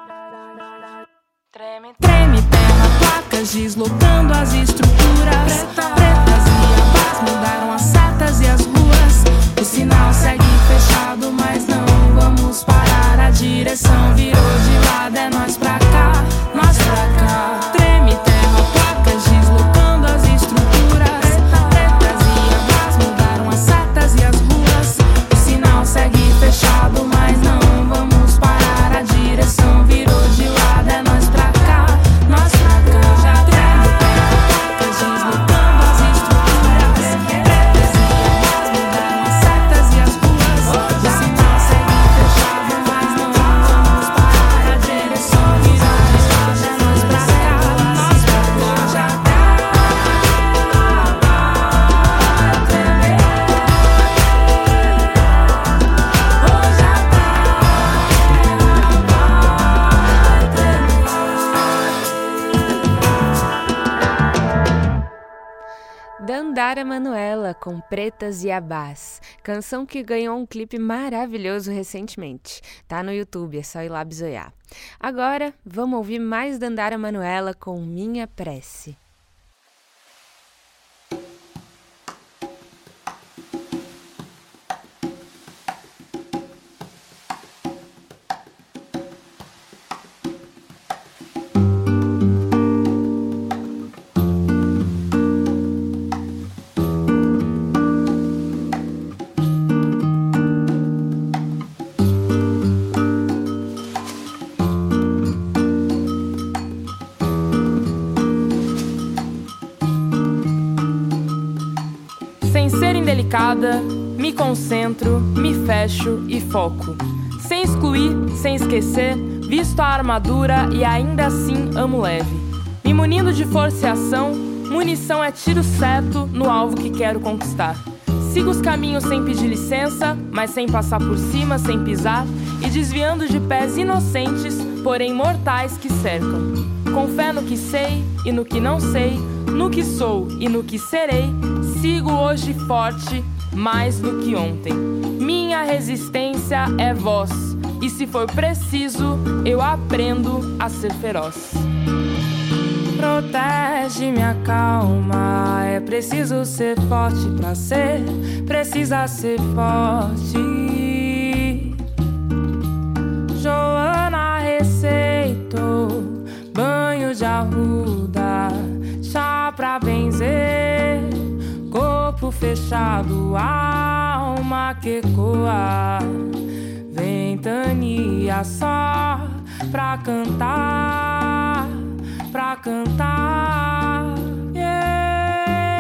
Treme, treme terra, placas deslocando as estruturas. Pretas e abas mudaram as setas e as ruas. O sinal segue fechado, mas não vamos parar. A direção virou de lado, é nós pra cá, nós pra cá. Treme terra, placas deslocando as estruturas. Pretas e abas mudaram as setas e as ruas. O sinal segue fechado, mas não vamos parar. A direção virou de lado, é nós pra cá, nós pra cá. Já treme terra, placas deslocando as estruturas. Pretas e abas mudaram as setas e as ruas. O sinal segue fechado, mas não vamos parar. A direção virou de lado, é nós pra cá, nós pra cá. Já Dandara Manuela com Pretas e Abás, canção que ganhou um clipe maravilhoso recentemente. Tá no YouTube, é só ir lá bisoiar. Agora, vamos ouvir mais Dandara Manuela com Minha Prece. Delicada, me concentro, me fecho e foco. Sem excluir, sem esquecer, visto a armadura e ainda assim amo leve. Me munindo de força e ação, munição é tiro certo no alvo que quero conquistar. Sigo os caminhos sem pedir licença, mas sem passar por cima, sem pisar, e desviando de pés inocentes, porém mortais que cercam. Com fé no que sei e no que não sei, no que sou e no que serei, sigo hoje forte, mais do que ontem. Minha resistência é voz, e se for preciso, eu aprendo a ser feroz. Protege minha calma, é preciso ser forte pra ser, precisa ser forte. Joana receitou banho de arruda, chá pra benzer, corpo fechado, alma que ecoa, ventania só pra cantar, pra cantar, yeah.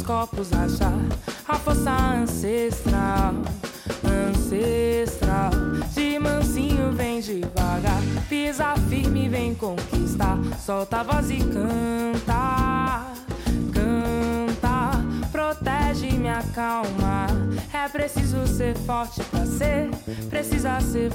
corpos achar a força ancestral, ancestral. De mansinho vem devagar, pisa firme, vem conquistar. Solta a voz e canta, canta. Protege, me acalma. É preciso ser forte pra ser, precisa ser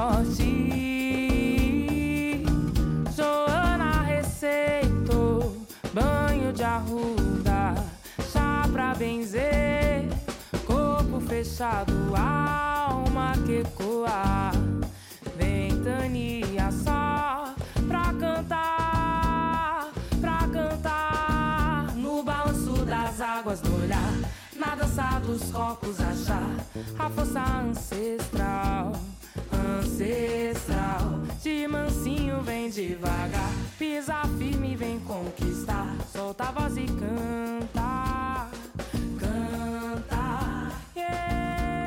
forte. Joana receitou banho de arruda, chá pra benzer, corpo fechado, alma que ecoa. Ventania só pra cantar, pra cantar. No balanço das águas do olhar, na dança dos corpos achar a força ancestral, ancestral. De mansinho vem devagar, pisa firme, vem conquistar. Solta a voz e canta, canta, yeah.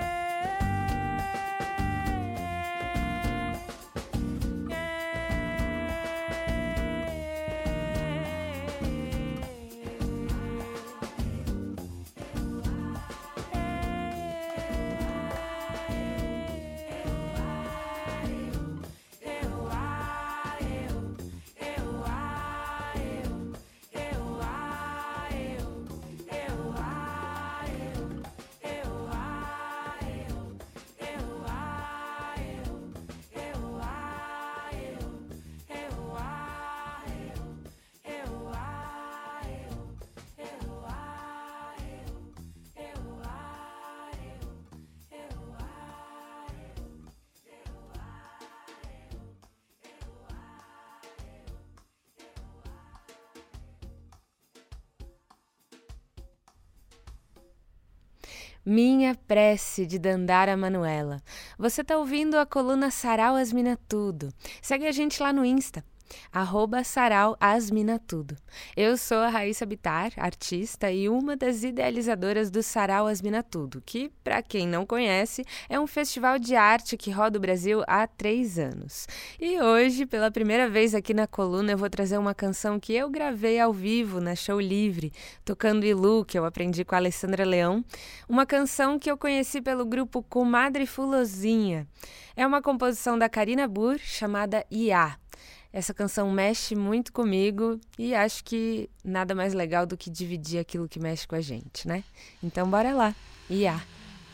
Minha Prece, de Dandara Manuela. Você tá ouvindo a coluna Sarau As Mina Tudo. Segue a gente lá no Insta, arroba Sarau As Mina Tudo. Eu sou a Raíssa Bittar, artista e uma das idealizadoras do Sarau As Mina Tudo, que, para quem não conhece, é um festival de arte que roda o Brasil há três anos. E hoje, pela primeira vez aqui na coluna, eu vou trazer uma canção que eu gravei ao vivo na Show Livre, tocando Ilu, que eu aprendi com a Alessandra Leão, uma canção que eu conheci pelo grupo Comadre Fulozinha. É uma composição da Karina Burr chamada Iá. Essa canção mexe muito comigo e acho que nada mais legal do que dividir aquilo que mexe com a gente, né? Então bora lá, Iá.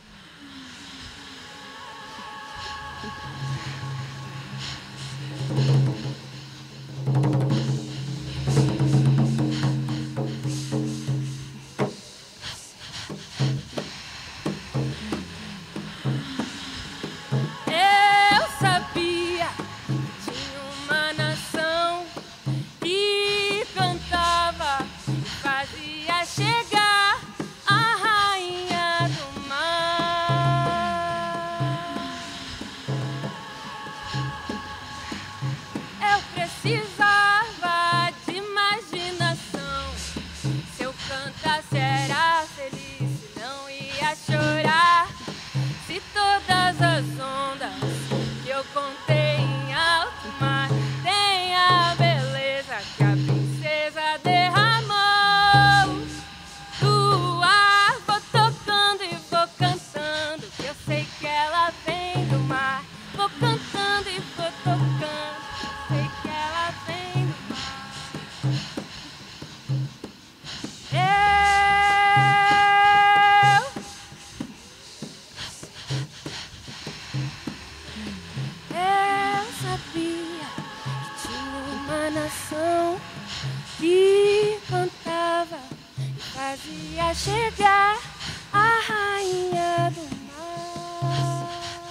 Chegar a rainha do mar.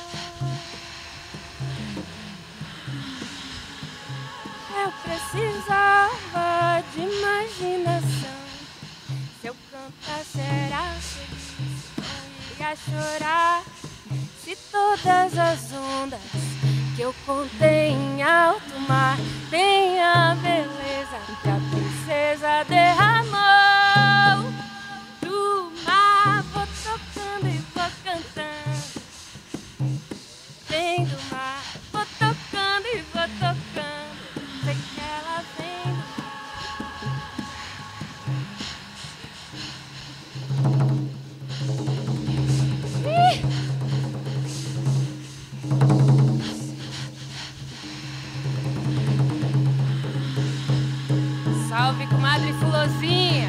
Eu precisava de imaginação. Se eu cantasse era feliz, não ia chorar. Se todas as ondas que eu contei em alto mar têm a beleza que a princesa derramou. Vou tocando e vou cantando. Vem do mar, vou tocando e vou tocando. Sei que ela vem do mar. gostosinha.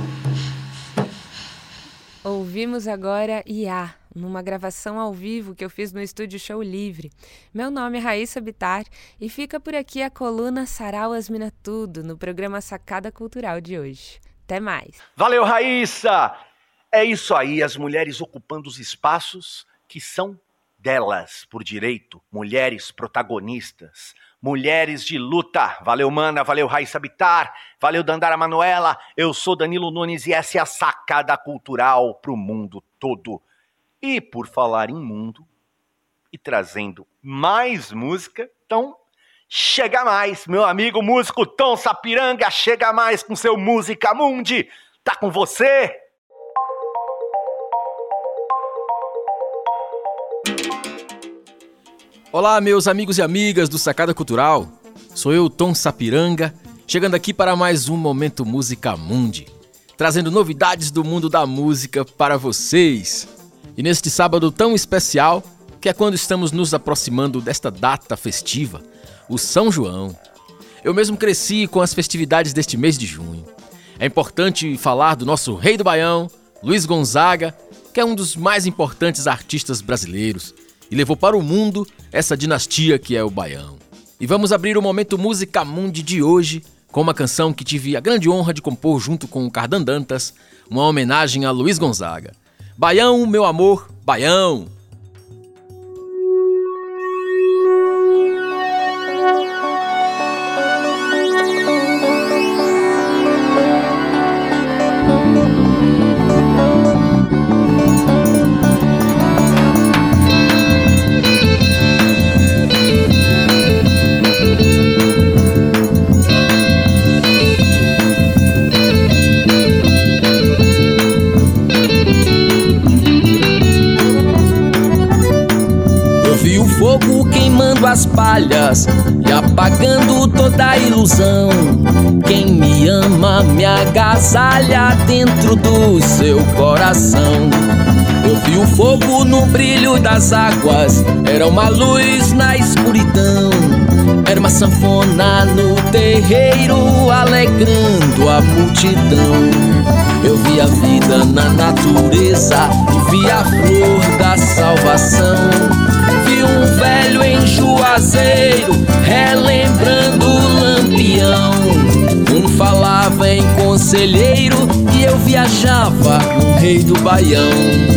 Ouvimos agora Iá, numa gravação ao vivo que eu fiz no Estúdio Show Livre. Meu nome é Raíssa Bittar e fica por aqui a coluna Sarau as Mina Tudo, no programa Sacada Cultural de hoje. Até mais. Valeu, Raíssa! É isso aí, as mulheres ocupando os espaços que são delas, por direito. Mulheres protagonistas, mulheres de luta. Valeu, mana, valeu, Raíssa Bittar, valeu, Dandara Manuela. Eu sou Danilo Nunes e essa é a Sacada Cultural pro mundo todo. E por falar em mundo e trazendo mais música, então chega mais, meu amigo músico Tom Sapiranga, chega mais com seu Música Mundi. Tá com você? Olá, meus amigos e amigas do Sacada Cultural. Sou eu, Tom Sapiranga, chegando aqui para mais um Momento Música Mundi, trazendo novidades do mundo da música para vocês. E neste sábado tão especial, que é quando estamos nos aproximando desta data festiva, o São João. Eu mesmo cresci com as festividades deste mês de junho. É importante falar do nosso rei do Baião, Luiz Gonzaga, que é um dos mais importantes artistas brasileiros e levou para o mundo essa dinastia que é o Baião. E vamos abrir o Momento Música Mundi de hoje com uma canção que tive a grande honra de compor junto com o Cardan Dantas, uma homenagem a Luiz Gonzaga. Baião, meu amor, Baião! As palhas e apagando toda a ilusão. Quem me ama me agasalha dentro do seu coração. Eu vi o fogo no brilho das águas, era uma luz na escuridão. Era uma sanfona no terreiro alegrando a multidão. Eu vi a vida na natureza e vi a flor da salvação. Vi um velho em Juazeiro relembrando o Lampião. Um falava em conselheiro e eu viajava no rei do Baião.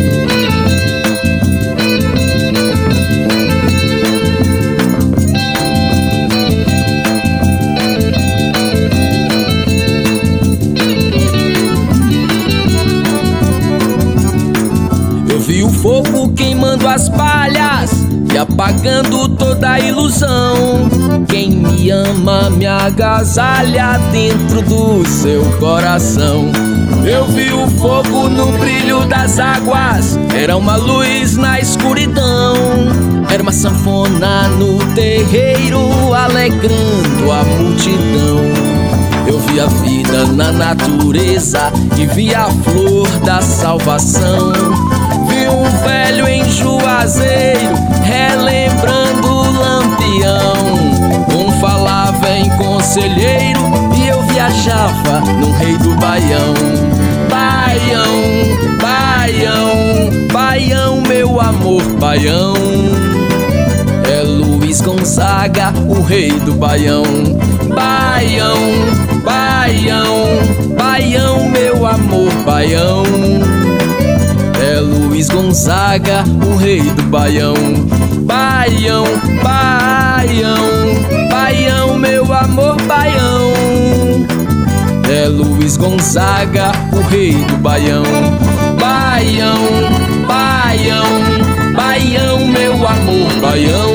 Eu vi o fogo queimando as palhas e apagando toda a ilusão. Quem me ama me agasalha dentro do seu coração. Eu vi o fogo no brilho das águas, era uma luz na escuridão. Era uma sanfona no terreiro alegrando a multidão. Eu vi a vida na natureza e vi a flor da salvação. Vi um velho em Juazeiro relembrando o Lampião. Um falava em conselheiro e eu viajava no rei do Baião. Baião, Baião, Baião, meu amor, Baião. É Luiz Gonzaga, o rei do Baião. Baião, Baião, Baião, meu amor, Baião. É Luiz Gonzaga, o rei do Baião. Baião, Baião, Baião, meu amor, Baião. É Luiz Gonzaga, o rei do Baião. Baião, Baião, Baião, meu amor, Baião.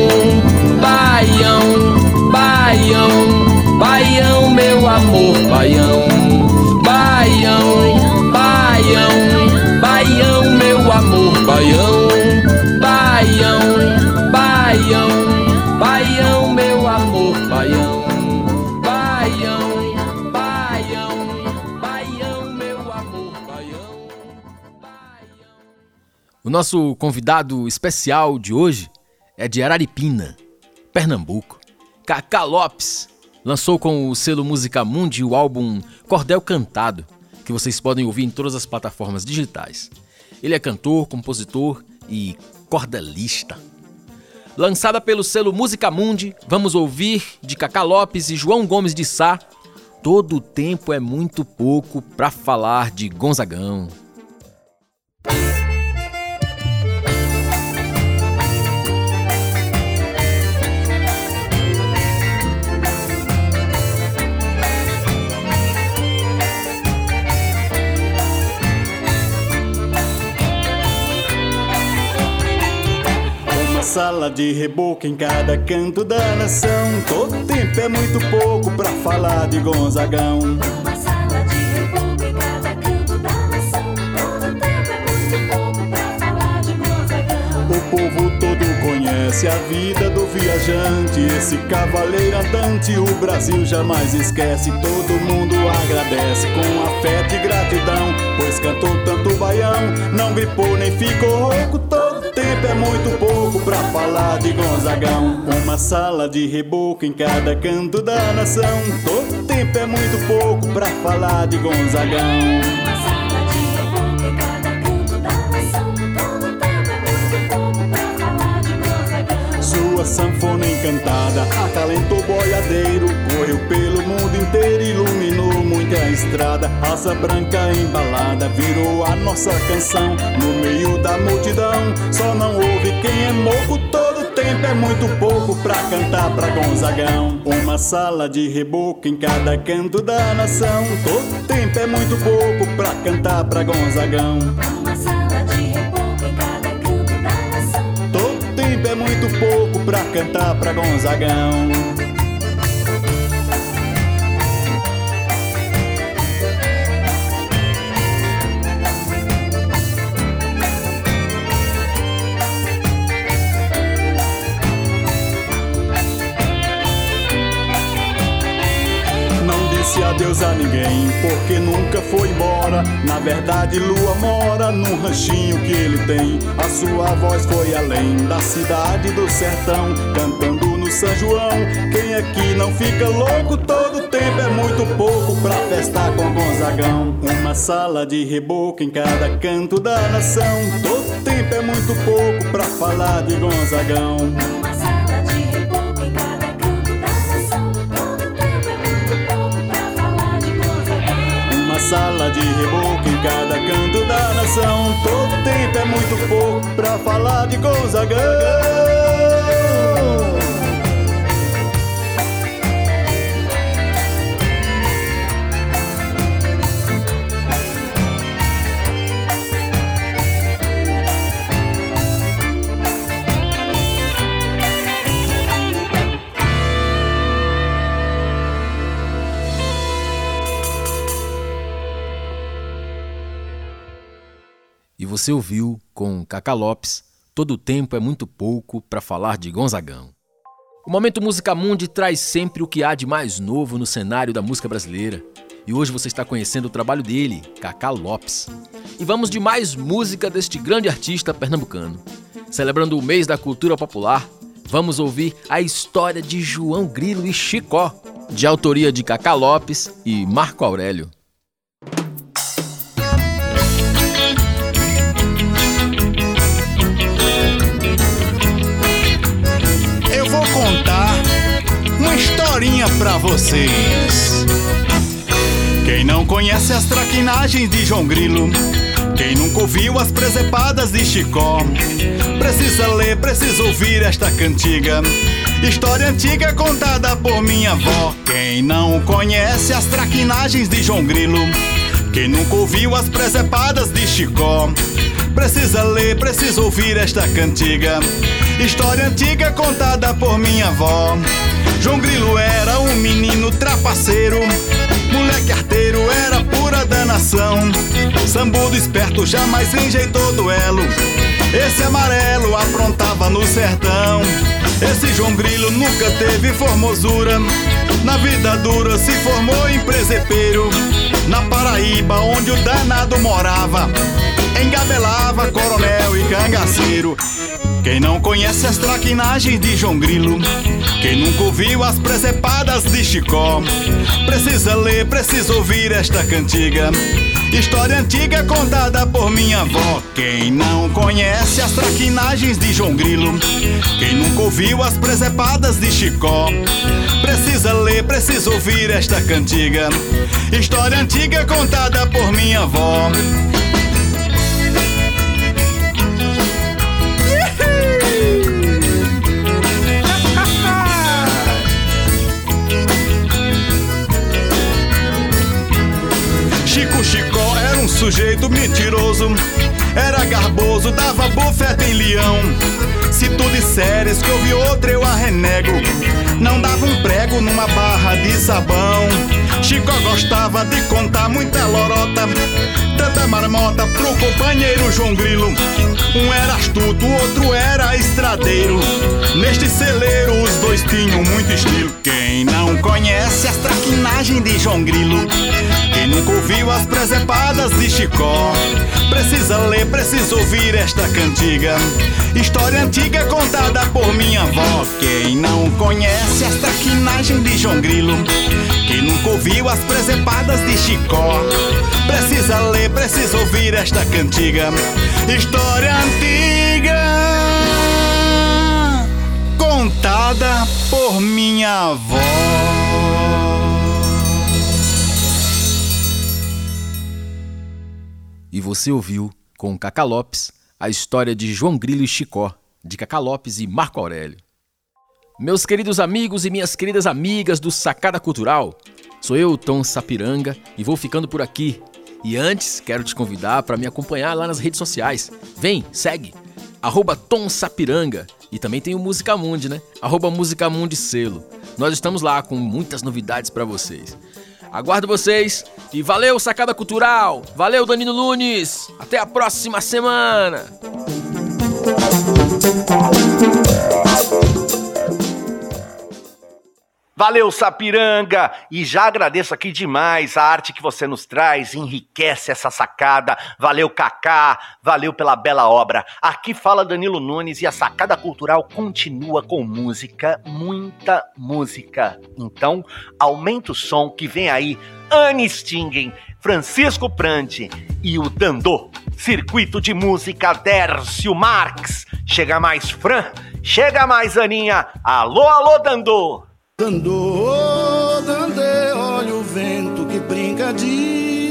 Baião, Baião, Baião, meu amor, Baião. Baião, Baião, Baião, meu amor, Baião. Baião, Baião, Baião, meu amor, Baião. Baião, Baião, Baião, meu amor, Baião. O nosso convidado especial de hoje é de Araripina, Pernambuco. Cacá Lopes, lançou com o selo Música Mundi o álbum Cordel Cantado, que vocês podem ouvir em todas as plataformas digitais. Ele é cantor, compositor e cordelista. Lançada pelo selo Música Mundi, vamos ouvir de Cacá Lopes e João Gomes de Sá, Todo Tempo é Muito Pouco pra Falar de Gonzagão. Sala de reboco em cada canto da nação. Todo tempo é muito pouco pra falar de Gonzagão. Uma sala de reboco em cada canto da nação. Todo tempo é muito pouco pra falar de Gonzagão. O povo todo conhece a vida do viajante, esse cavaleiro andante o Brasil jamais esquece. Todo mundo agradece com afeto e gratidão, pois cantou tanto baião, não gripou nem ficou rouco. Todo tempo é muito pouco pra falar de Gonzagão. Uma sala de reboco em cada canto da nação. Todo tempo é muito pouco pra falar de Gonzagão. Uma sala de reboco em cada canto da nação. Todo tempo é muito pouco pra falar de Gonzagão. Sua sanfona encantada acalentou boiadeiro, correu pelo mundo inteiro, iluminou muita estrada. Asa branca embalada virou a nossa canção. No meio da multidão só não ouve quem é moco. Todo tempo é muito pouco pra cantar pra Gonzagão. Uma sala de reboco em cada canto da nação. Todo tempo é muito pouco pra cantar pra Gonzagão. Uma sala de reboco em cada canto da nação. Todo tempo é muito pouco pra cantar pra Gonzagão. Adeus a ninguém, porque nunca foi embora. Na verdade Lua mora num ranchinho que ele tem. A sua voz foi além da cidade do sertão, cantando no São João. Quem aqui não fica louco? Todo tempo é muito pouco pra festar com Gonzagão. Uma sala de reboco em cada canto da nação. Todo tempo é muito pouco pra falar de Gonzagão. Uma sala de reboco em cada canto da nação. Todo tempo é muito pouco pra falar de Gonzagão. Uma sala de reboco em cada canto da nação. Todo tempo é muito pouco pra falar de Gonzagão. E você ouviu, com Cacá Lopes, Todo Tempo é Muito Pouco para Falar de Gonzagão. O Momento Música Mundi traz sempre o que há de mais novo no cenário da música brasileira. E hoje você está conhecendo o trabalho dele, Cacá Lopes. E vamos de mais música deste grande artista pernambucano. Celebrando o mês da cultura popular, vamos ouvir a história de João Grilo e Chicó, de autoria de Cacá Lopes e Marco Aurélio. Contar uma historinha pra vocês. Quem não conhece as traquinagens de João Grilo, quem nunca ouviu as presepadas de Chicó, precisa ler, precisa ouvir esta cantiga, história antiga contada por minha avó. Quem não conhece as traquinagens de João Grilo, quem nunca ouviu as presepadas de Chicó, precisa ler, precisa ouvir esta cantiga, história antiga contada por minha avó. João Grilo era um menino trapaceiro, moleque arteiro, era pura danação. Sambudo esperto, jamais enjeitou duelo, esse amarelo aprontava no sertão. Esse João Grilo nunca teve formosura, na vida dura se formou em presepeiro. Na Paraíba, onde o danado morava, engabelava coronel e cangaceiro. Quem não conhece as traquinagens de João Grilo, Quem nunca ouviu as presepadas de Chicó precisa ler, precisa ouvir esta cantiga. História antiga contada por minha avó. Quem não conhece as traquinagens de João Grilo, quem nunca ouviu as presepadas de Chicó precisa ler, precisa ouvir esta cantiga. História antiga contada por minha avó. Chico Chicó era um sujeito mentiroso, era garboso, dava bufeta em leão. Se tu disseres que houve outro eu a renego, não dava um prego numa barra de sabão. Chicó gostava de contar muita lorota, tanta marmota pro companheiro João Grilo. Um era astuto, o outro era estradeiro, neste celeiro os dois tinham muito estilo. Quem não conhece as traquinagens de João Grilo, quem nunca ouviu as presepadas de Chicó precisa ler, precisa ouvir esta cantiga. História antiga contada por minha avó. Quem não conhece as traquinagens de João Grilo, quem nunca ouviu as presepadas de Chicó precisa ler, precisa ouvir esta cantiga. História antiga contada por minha avó. E você ouviu, com Cacá Lopes, a história de João Grilo e Chicó, de Cacá Lopes e Marco Aurélio. Meus queridos amigos e minhas queridas amigas do Sacada Cultural, sou eu, Tom Sapiranga, e vou ficando por aqui. E antes, quero te convidar para me acompanhar lá nas redes sociais. Vem, segue, arroba Tom Sapiranga. E também tem o Musicamundi, né? Arroba Musicamundi Selo. Nós estamos lá com muitas novidades para vocês. Aguardo vocês e valeu, Sacada Cultural! Valeu, Danilo Nunes! Até a próxima semana! Valeu, Sapiranga! E já agradeço aqui demais a arte que você nos traz, enriquece essa sacada. Valeu, Cacá! Valeu pela bela obra. Aqui fala Danilo Nunes e a Sacada Cultural continua com música, muita música. Então, aumenta o som que vem aí Anne Stingen, Francisco Prandi e o Dandô. Circuito de música Dércio Marx. Chega mais, Fran. Chega mais, Aninha. Alô, alô, Dandô. Dandô, dandê, olha o vento que brinca de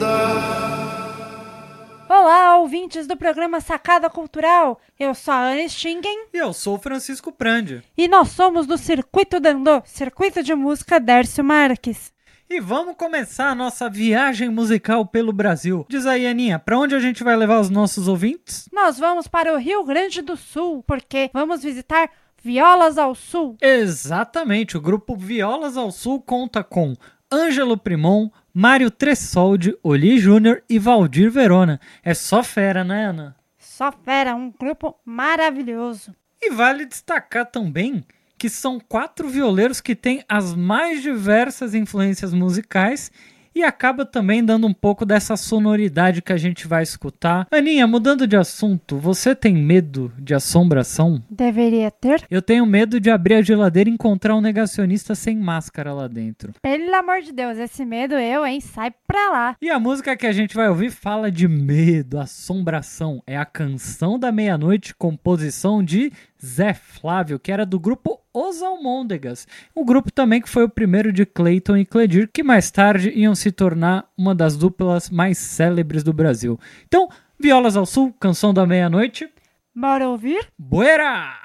dandar. Olá, ouvintes do programa Sacada Cultural. Eu sou a Anne Stingen. E eu sou o Francisco Prandi. E nós somos do Circuito Dandô, Circuito de Música Dércio Marques. E vamos começar a nossa viagem musical pelo Brasil. Diz aí, Aninha, pra onde a gente vai levar os nossos ouvintes? Nós vamos para o Rio Grande do Sul, porque vamos visitar Violas ao Sul. Exatamente, o grupo Violas ao Sul conta com Ângelo Primon, Mário Tressoldi, Oli Júnior e Valdir Verona. É só fera, né, Ana? Só fera, um grupo maravilhoso. E vale destacar também que são quatro violeiros que têm as mais diversas influências musicais e acaba também dando um pouco dessa sonoridade que a gente vai escutar. Aninha, mudando de assunto, você tem medo de assombração? Deveria ter. Eu tenho medo de abrir a geladeira e encontrar um negacionista sem máscara lá dentro. Pelo amor de Deus, esse medo eu, hein? Sai pra lá. E a música que a gente vai ouvir fala de medo, assombração. É a Canção da Meia-Noite, composição de Zé Flávio, que era do grupo Os Almôndegas. O grupo também que foi o primeiro de Clayton e Cledir, que mais tarde iam se tornar uma das duplas mais célebres do Brasil. Então, Violas ao Sul, Canção da Meia-Noite. Bora ouvir? Buera!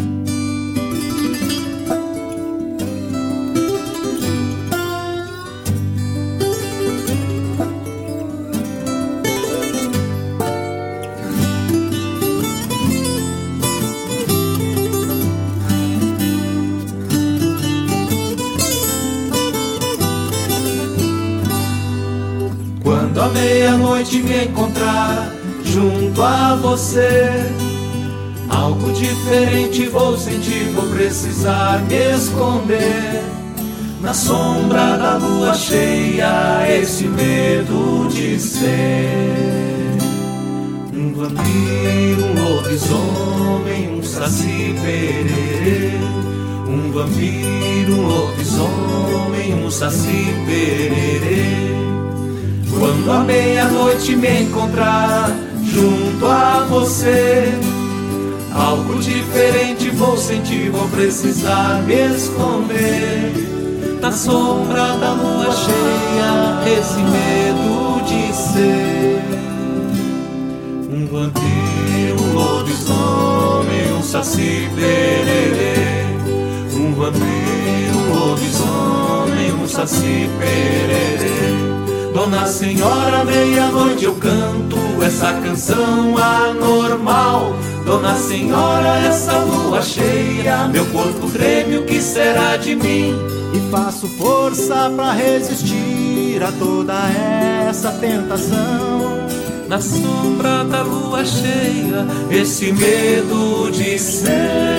Quando à meia-noite me encontrar junto a você, algo diferente vou sentir, vou precisar me esconder. Na sombra da lua cheia, esse medo de ser um vampiro, um lobisomem, um saci pererê, Um vampiro, um lobisomem, um saci pererê. Quando à meia-noite me encontrar junto a você, algo diferente vou sentir, vou precisar me esconder. Na sombra da lua cheia, esse medo de ser um vampiro, um lobisomem, um saci pererê. Um vampiro, um lobisomem, um saci pererê. Dona Senhora, meia-noite eu canto essa canção anormal. Dona Senhora, essa lua cheia, meu corpo treme, o que será de mim? E faço força pra resistir a toda essa tentação. Na sombra da lua cheia, esse medo de ser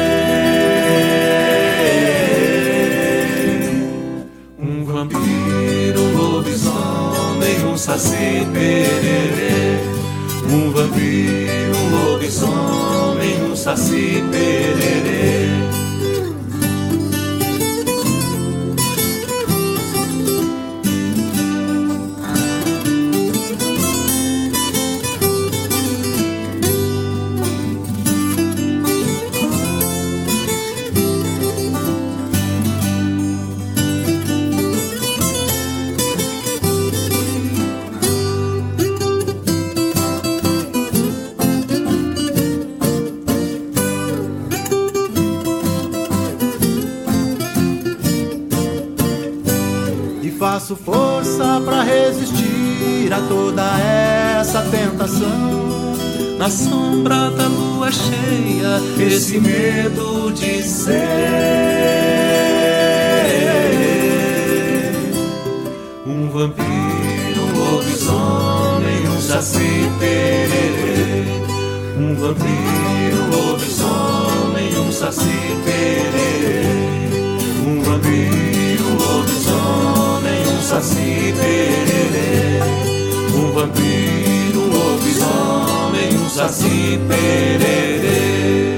um vampiro, um lobisomem, um saci pererê. Um vampiro, um lobisomem, um saci pererê. Faço força pra resistir a toda essa tentação. Na sombra da lua cheia, esse medo de ser um vampiro, um lobisomem, um saci pererê. Um vampiro, um lobisomem, um saci pererê. Um vampiro, um lobisomem, um saci pererê. Um vampiro, um lobisomem, um saci pererê.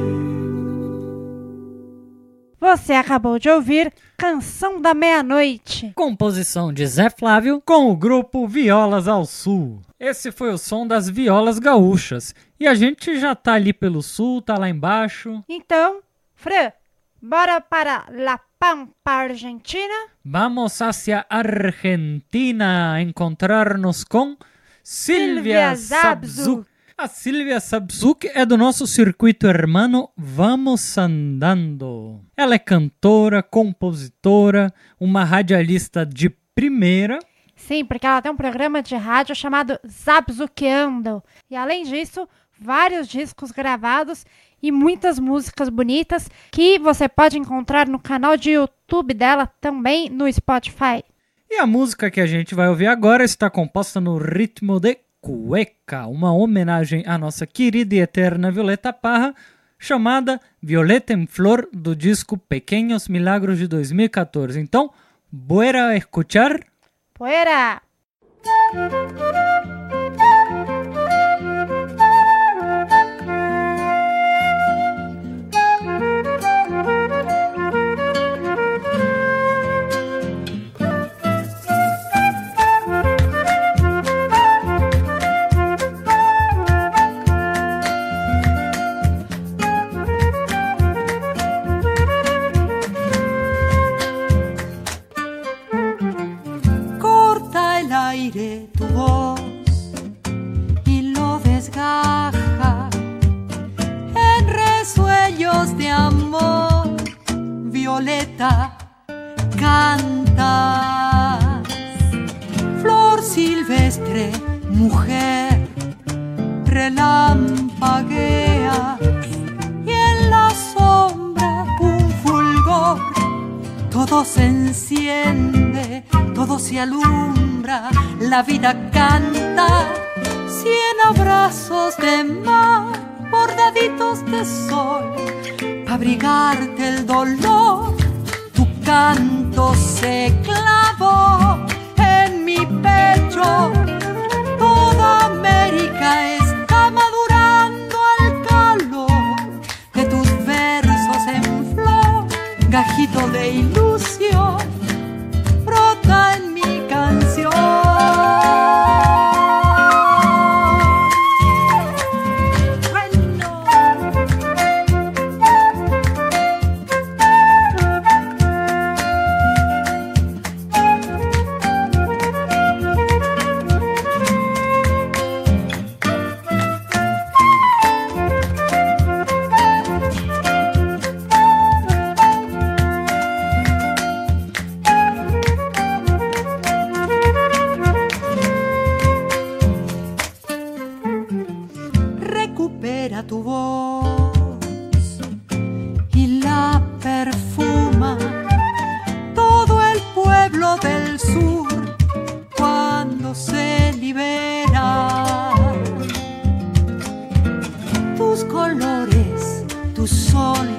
Você acabou de ouvir Canção da Meia-Noite, composição de Zé Flávio com o grupo Violas ao Sul. Esse foi o som das violas gaúchas. E a gente já tá ali pelo sul, tá lá embaixo. Então, Fran, bora para La Pampa, Argentina? Vamos hacia Argentina a encontrar-nos com Silvia Zabzuk. A Silvia Zabzuk é do nosso circuito hermano Vamos Andando. Ela é cantora, compositora, uma radialista de primeira. Sim, porque ela tem um programa de rádio chamado Zabzuqueando. E além disso, vários discos gravados e muitas músicas bonitas que você pode encontrar no canal de YouTube dela, também no Spotify. E a música que a gente vai ouvir agora está composta no ritmo de cueca, uma homenagem à nossa querida e eterna Violeta Parra, chamada Violeta em Flor, do disco Pequeños Milagros de dois mil e quatorze. Então, bora escuchar? Bora! Tu voz y lo desgaja en resuellos de amor. Violeta, cantas, flor silvestre, mujer, relampagueas y en la sombra un fulgor. Todo se enciende, todo se alumbra, la vida canta. Cien abrazos de mar, bordaditos de sol, pa' abrigarte el dolor. Tu canto se clavó en mi pecho. Toda América está madurando al calor de tus versos en flor. gajito de ilusión brota en mi canción. Tu voz y la perfuma todo el pueblo del sur cuando se libera. Tus colores, tu sol,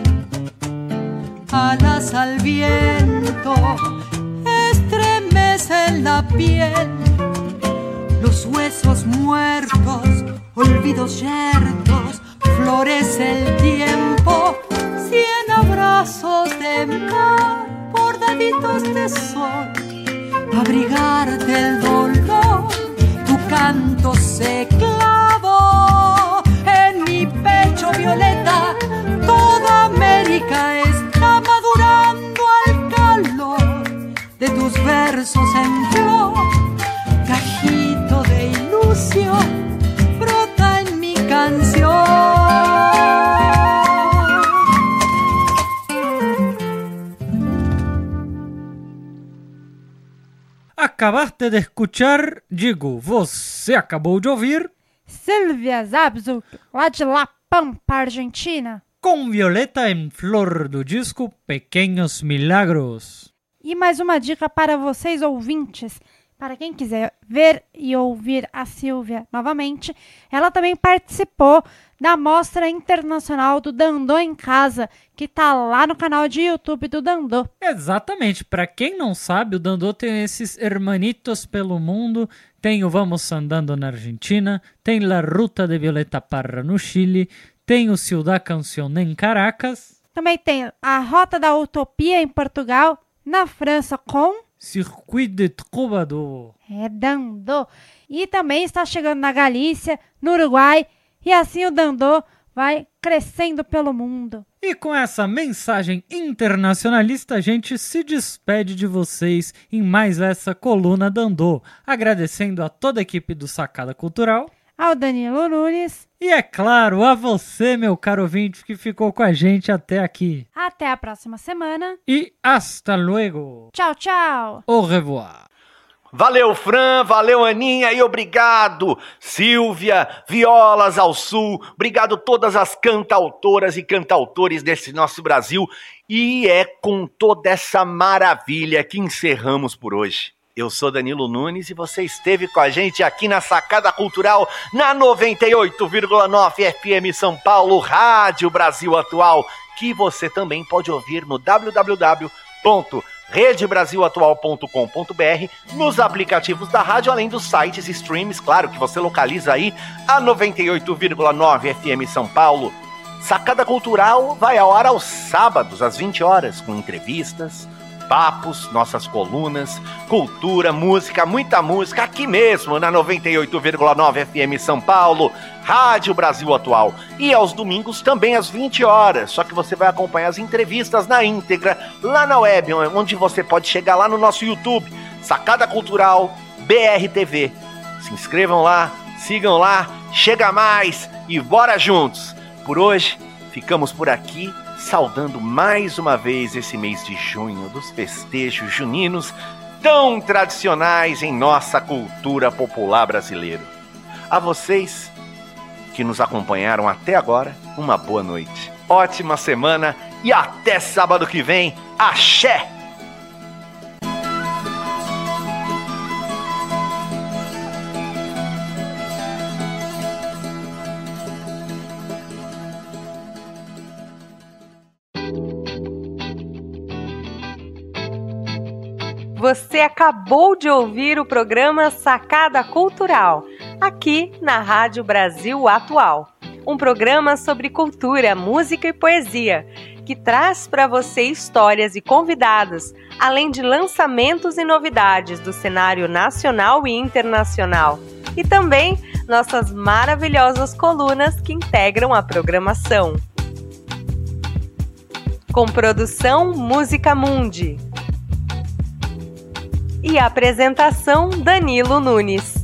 alas al viento, estremecen la piel, los huesos muertos, olvidos yertos. Florece el tiempo, cien abrazos de mar, bordaditos de sol, abrigarte el dolor, tu canto se clavó en mi pecho violeta, toda América está madurando al calor de tus versos en flor, gajito de ilusión, brota en mi canción. Acabaste de escuchar, digo, você acabou de ouvir Silvia Zabzuk, lá de La Pampa, Argentina, com Violeta em Flor do disco Pequenos Milagros. E mais uma dica para vocês ouvintes, para quem quiser ver e ouvir a Silvia novamente, ela também participou da Mostra Internacional do Dandô em Casa, que tá lá no canal de YouTube do Dandô. Exatamente, para quem não sabe, o Dandô tem esses hermanitos pelo mundo, tem o Vamos Andando na Argentina, tem La Ruta de Violeta Parra no Chile, tem o Ciudad Canción em Caracas. Também tem a Rota da Utopia em Portugal, na França com Circuit de Troubadour. É Dandô. E também está chegando na Galícia, no Uruguai, e assim o Dandô vai crescendo pelo mundo. E com essa mensagem internacionalista, a gente se despede de vocês em mais essa coluna Dandô, agradecendo a toda a equipe do Sacada Cultural, ao Danilo Nunes e, é claro, a você, meu caro ouvinte, que ficou com a gente até aqui. Até a próxima semana. E hasta luego. Tchau, tchau. Au revoir. Valeu, Fran, valeu, Aninha, e obrigado, Silvia, Violas ao Sul, obrigado todas as cantautoras e cantautores desse nosso Brasil, e é com toda essa maravilha que encerramos por hoje. Eu sou Danilo Nunes e você esteve com a gente aqui na Sacada Cultural, na noventa e oito vírgula nove F M São Paulo, Rádio Brasil Atual, que você também pode ouvir no w w w ponto rede brasil atual ponto com ponto b r, nos aplicativos da rádio, além dos sites e streams, claro, que você localiza aí a noventa e oito vírgula nove F M São Paulo. Sacada Cultural vai ao ar aos sábados, às vinte horas, com entrevistas, papos, nossas colunas, cultura, música, muita música, aqui mesmo na noventa e oito vírgula nove F M São Paulo, Rádio Brasil Atual. E aos domingos também às vinte horas, só que você vai acompanhar as entrevistas na íntegra, lá na web, onde você pode chegar lá no nosso YouTube, Sacada Cultural B R T V. Se inscrevam lá, sigam lá, chega mais e bora juntos! Por hoje, ficamos por aqui, saudando mais uma vez esse mês de junho dos festejos juninos tão tradicionais em nossa cultura popular brasileira. A vocês que nos acompanharam até agora, uma boa noite, ótima semana e até sábado que vem. Axé! Você acabou de ouvir o programa Sacada Cultural, aqui na Rádio Brasil Atual. Um programa sobre cultura, música e poesia, que traz para você histórias e convidados, além de lançamentos e novidades do cenário nacional e internacional. E também nossas maravilhosas colunas que integram a programação. Com produção Música Mundi. E apresentação Danilo Nunes.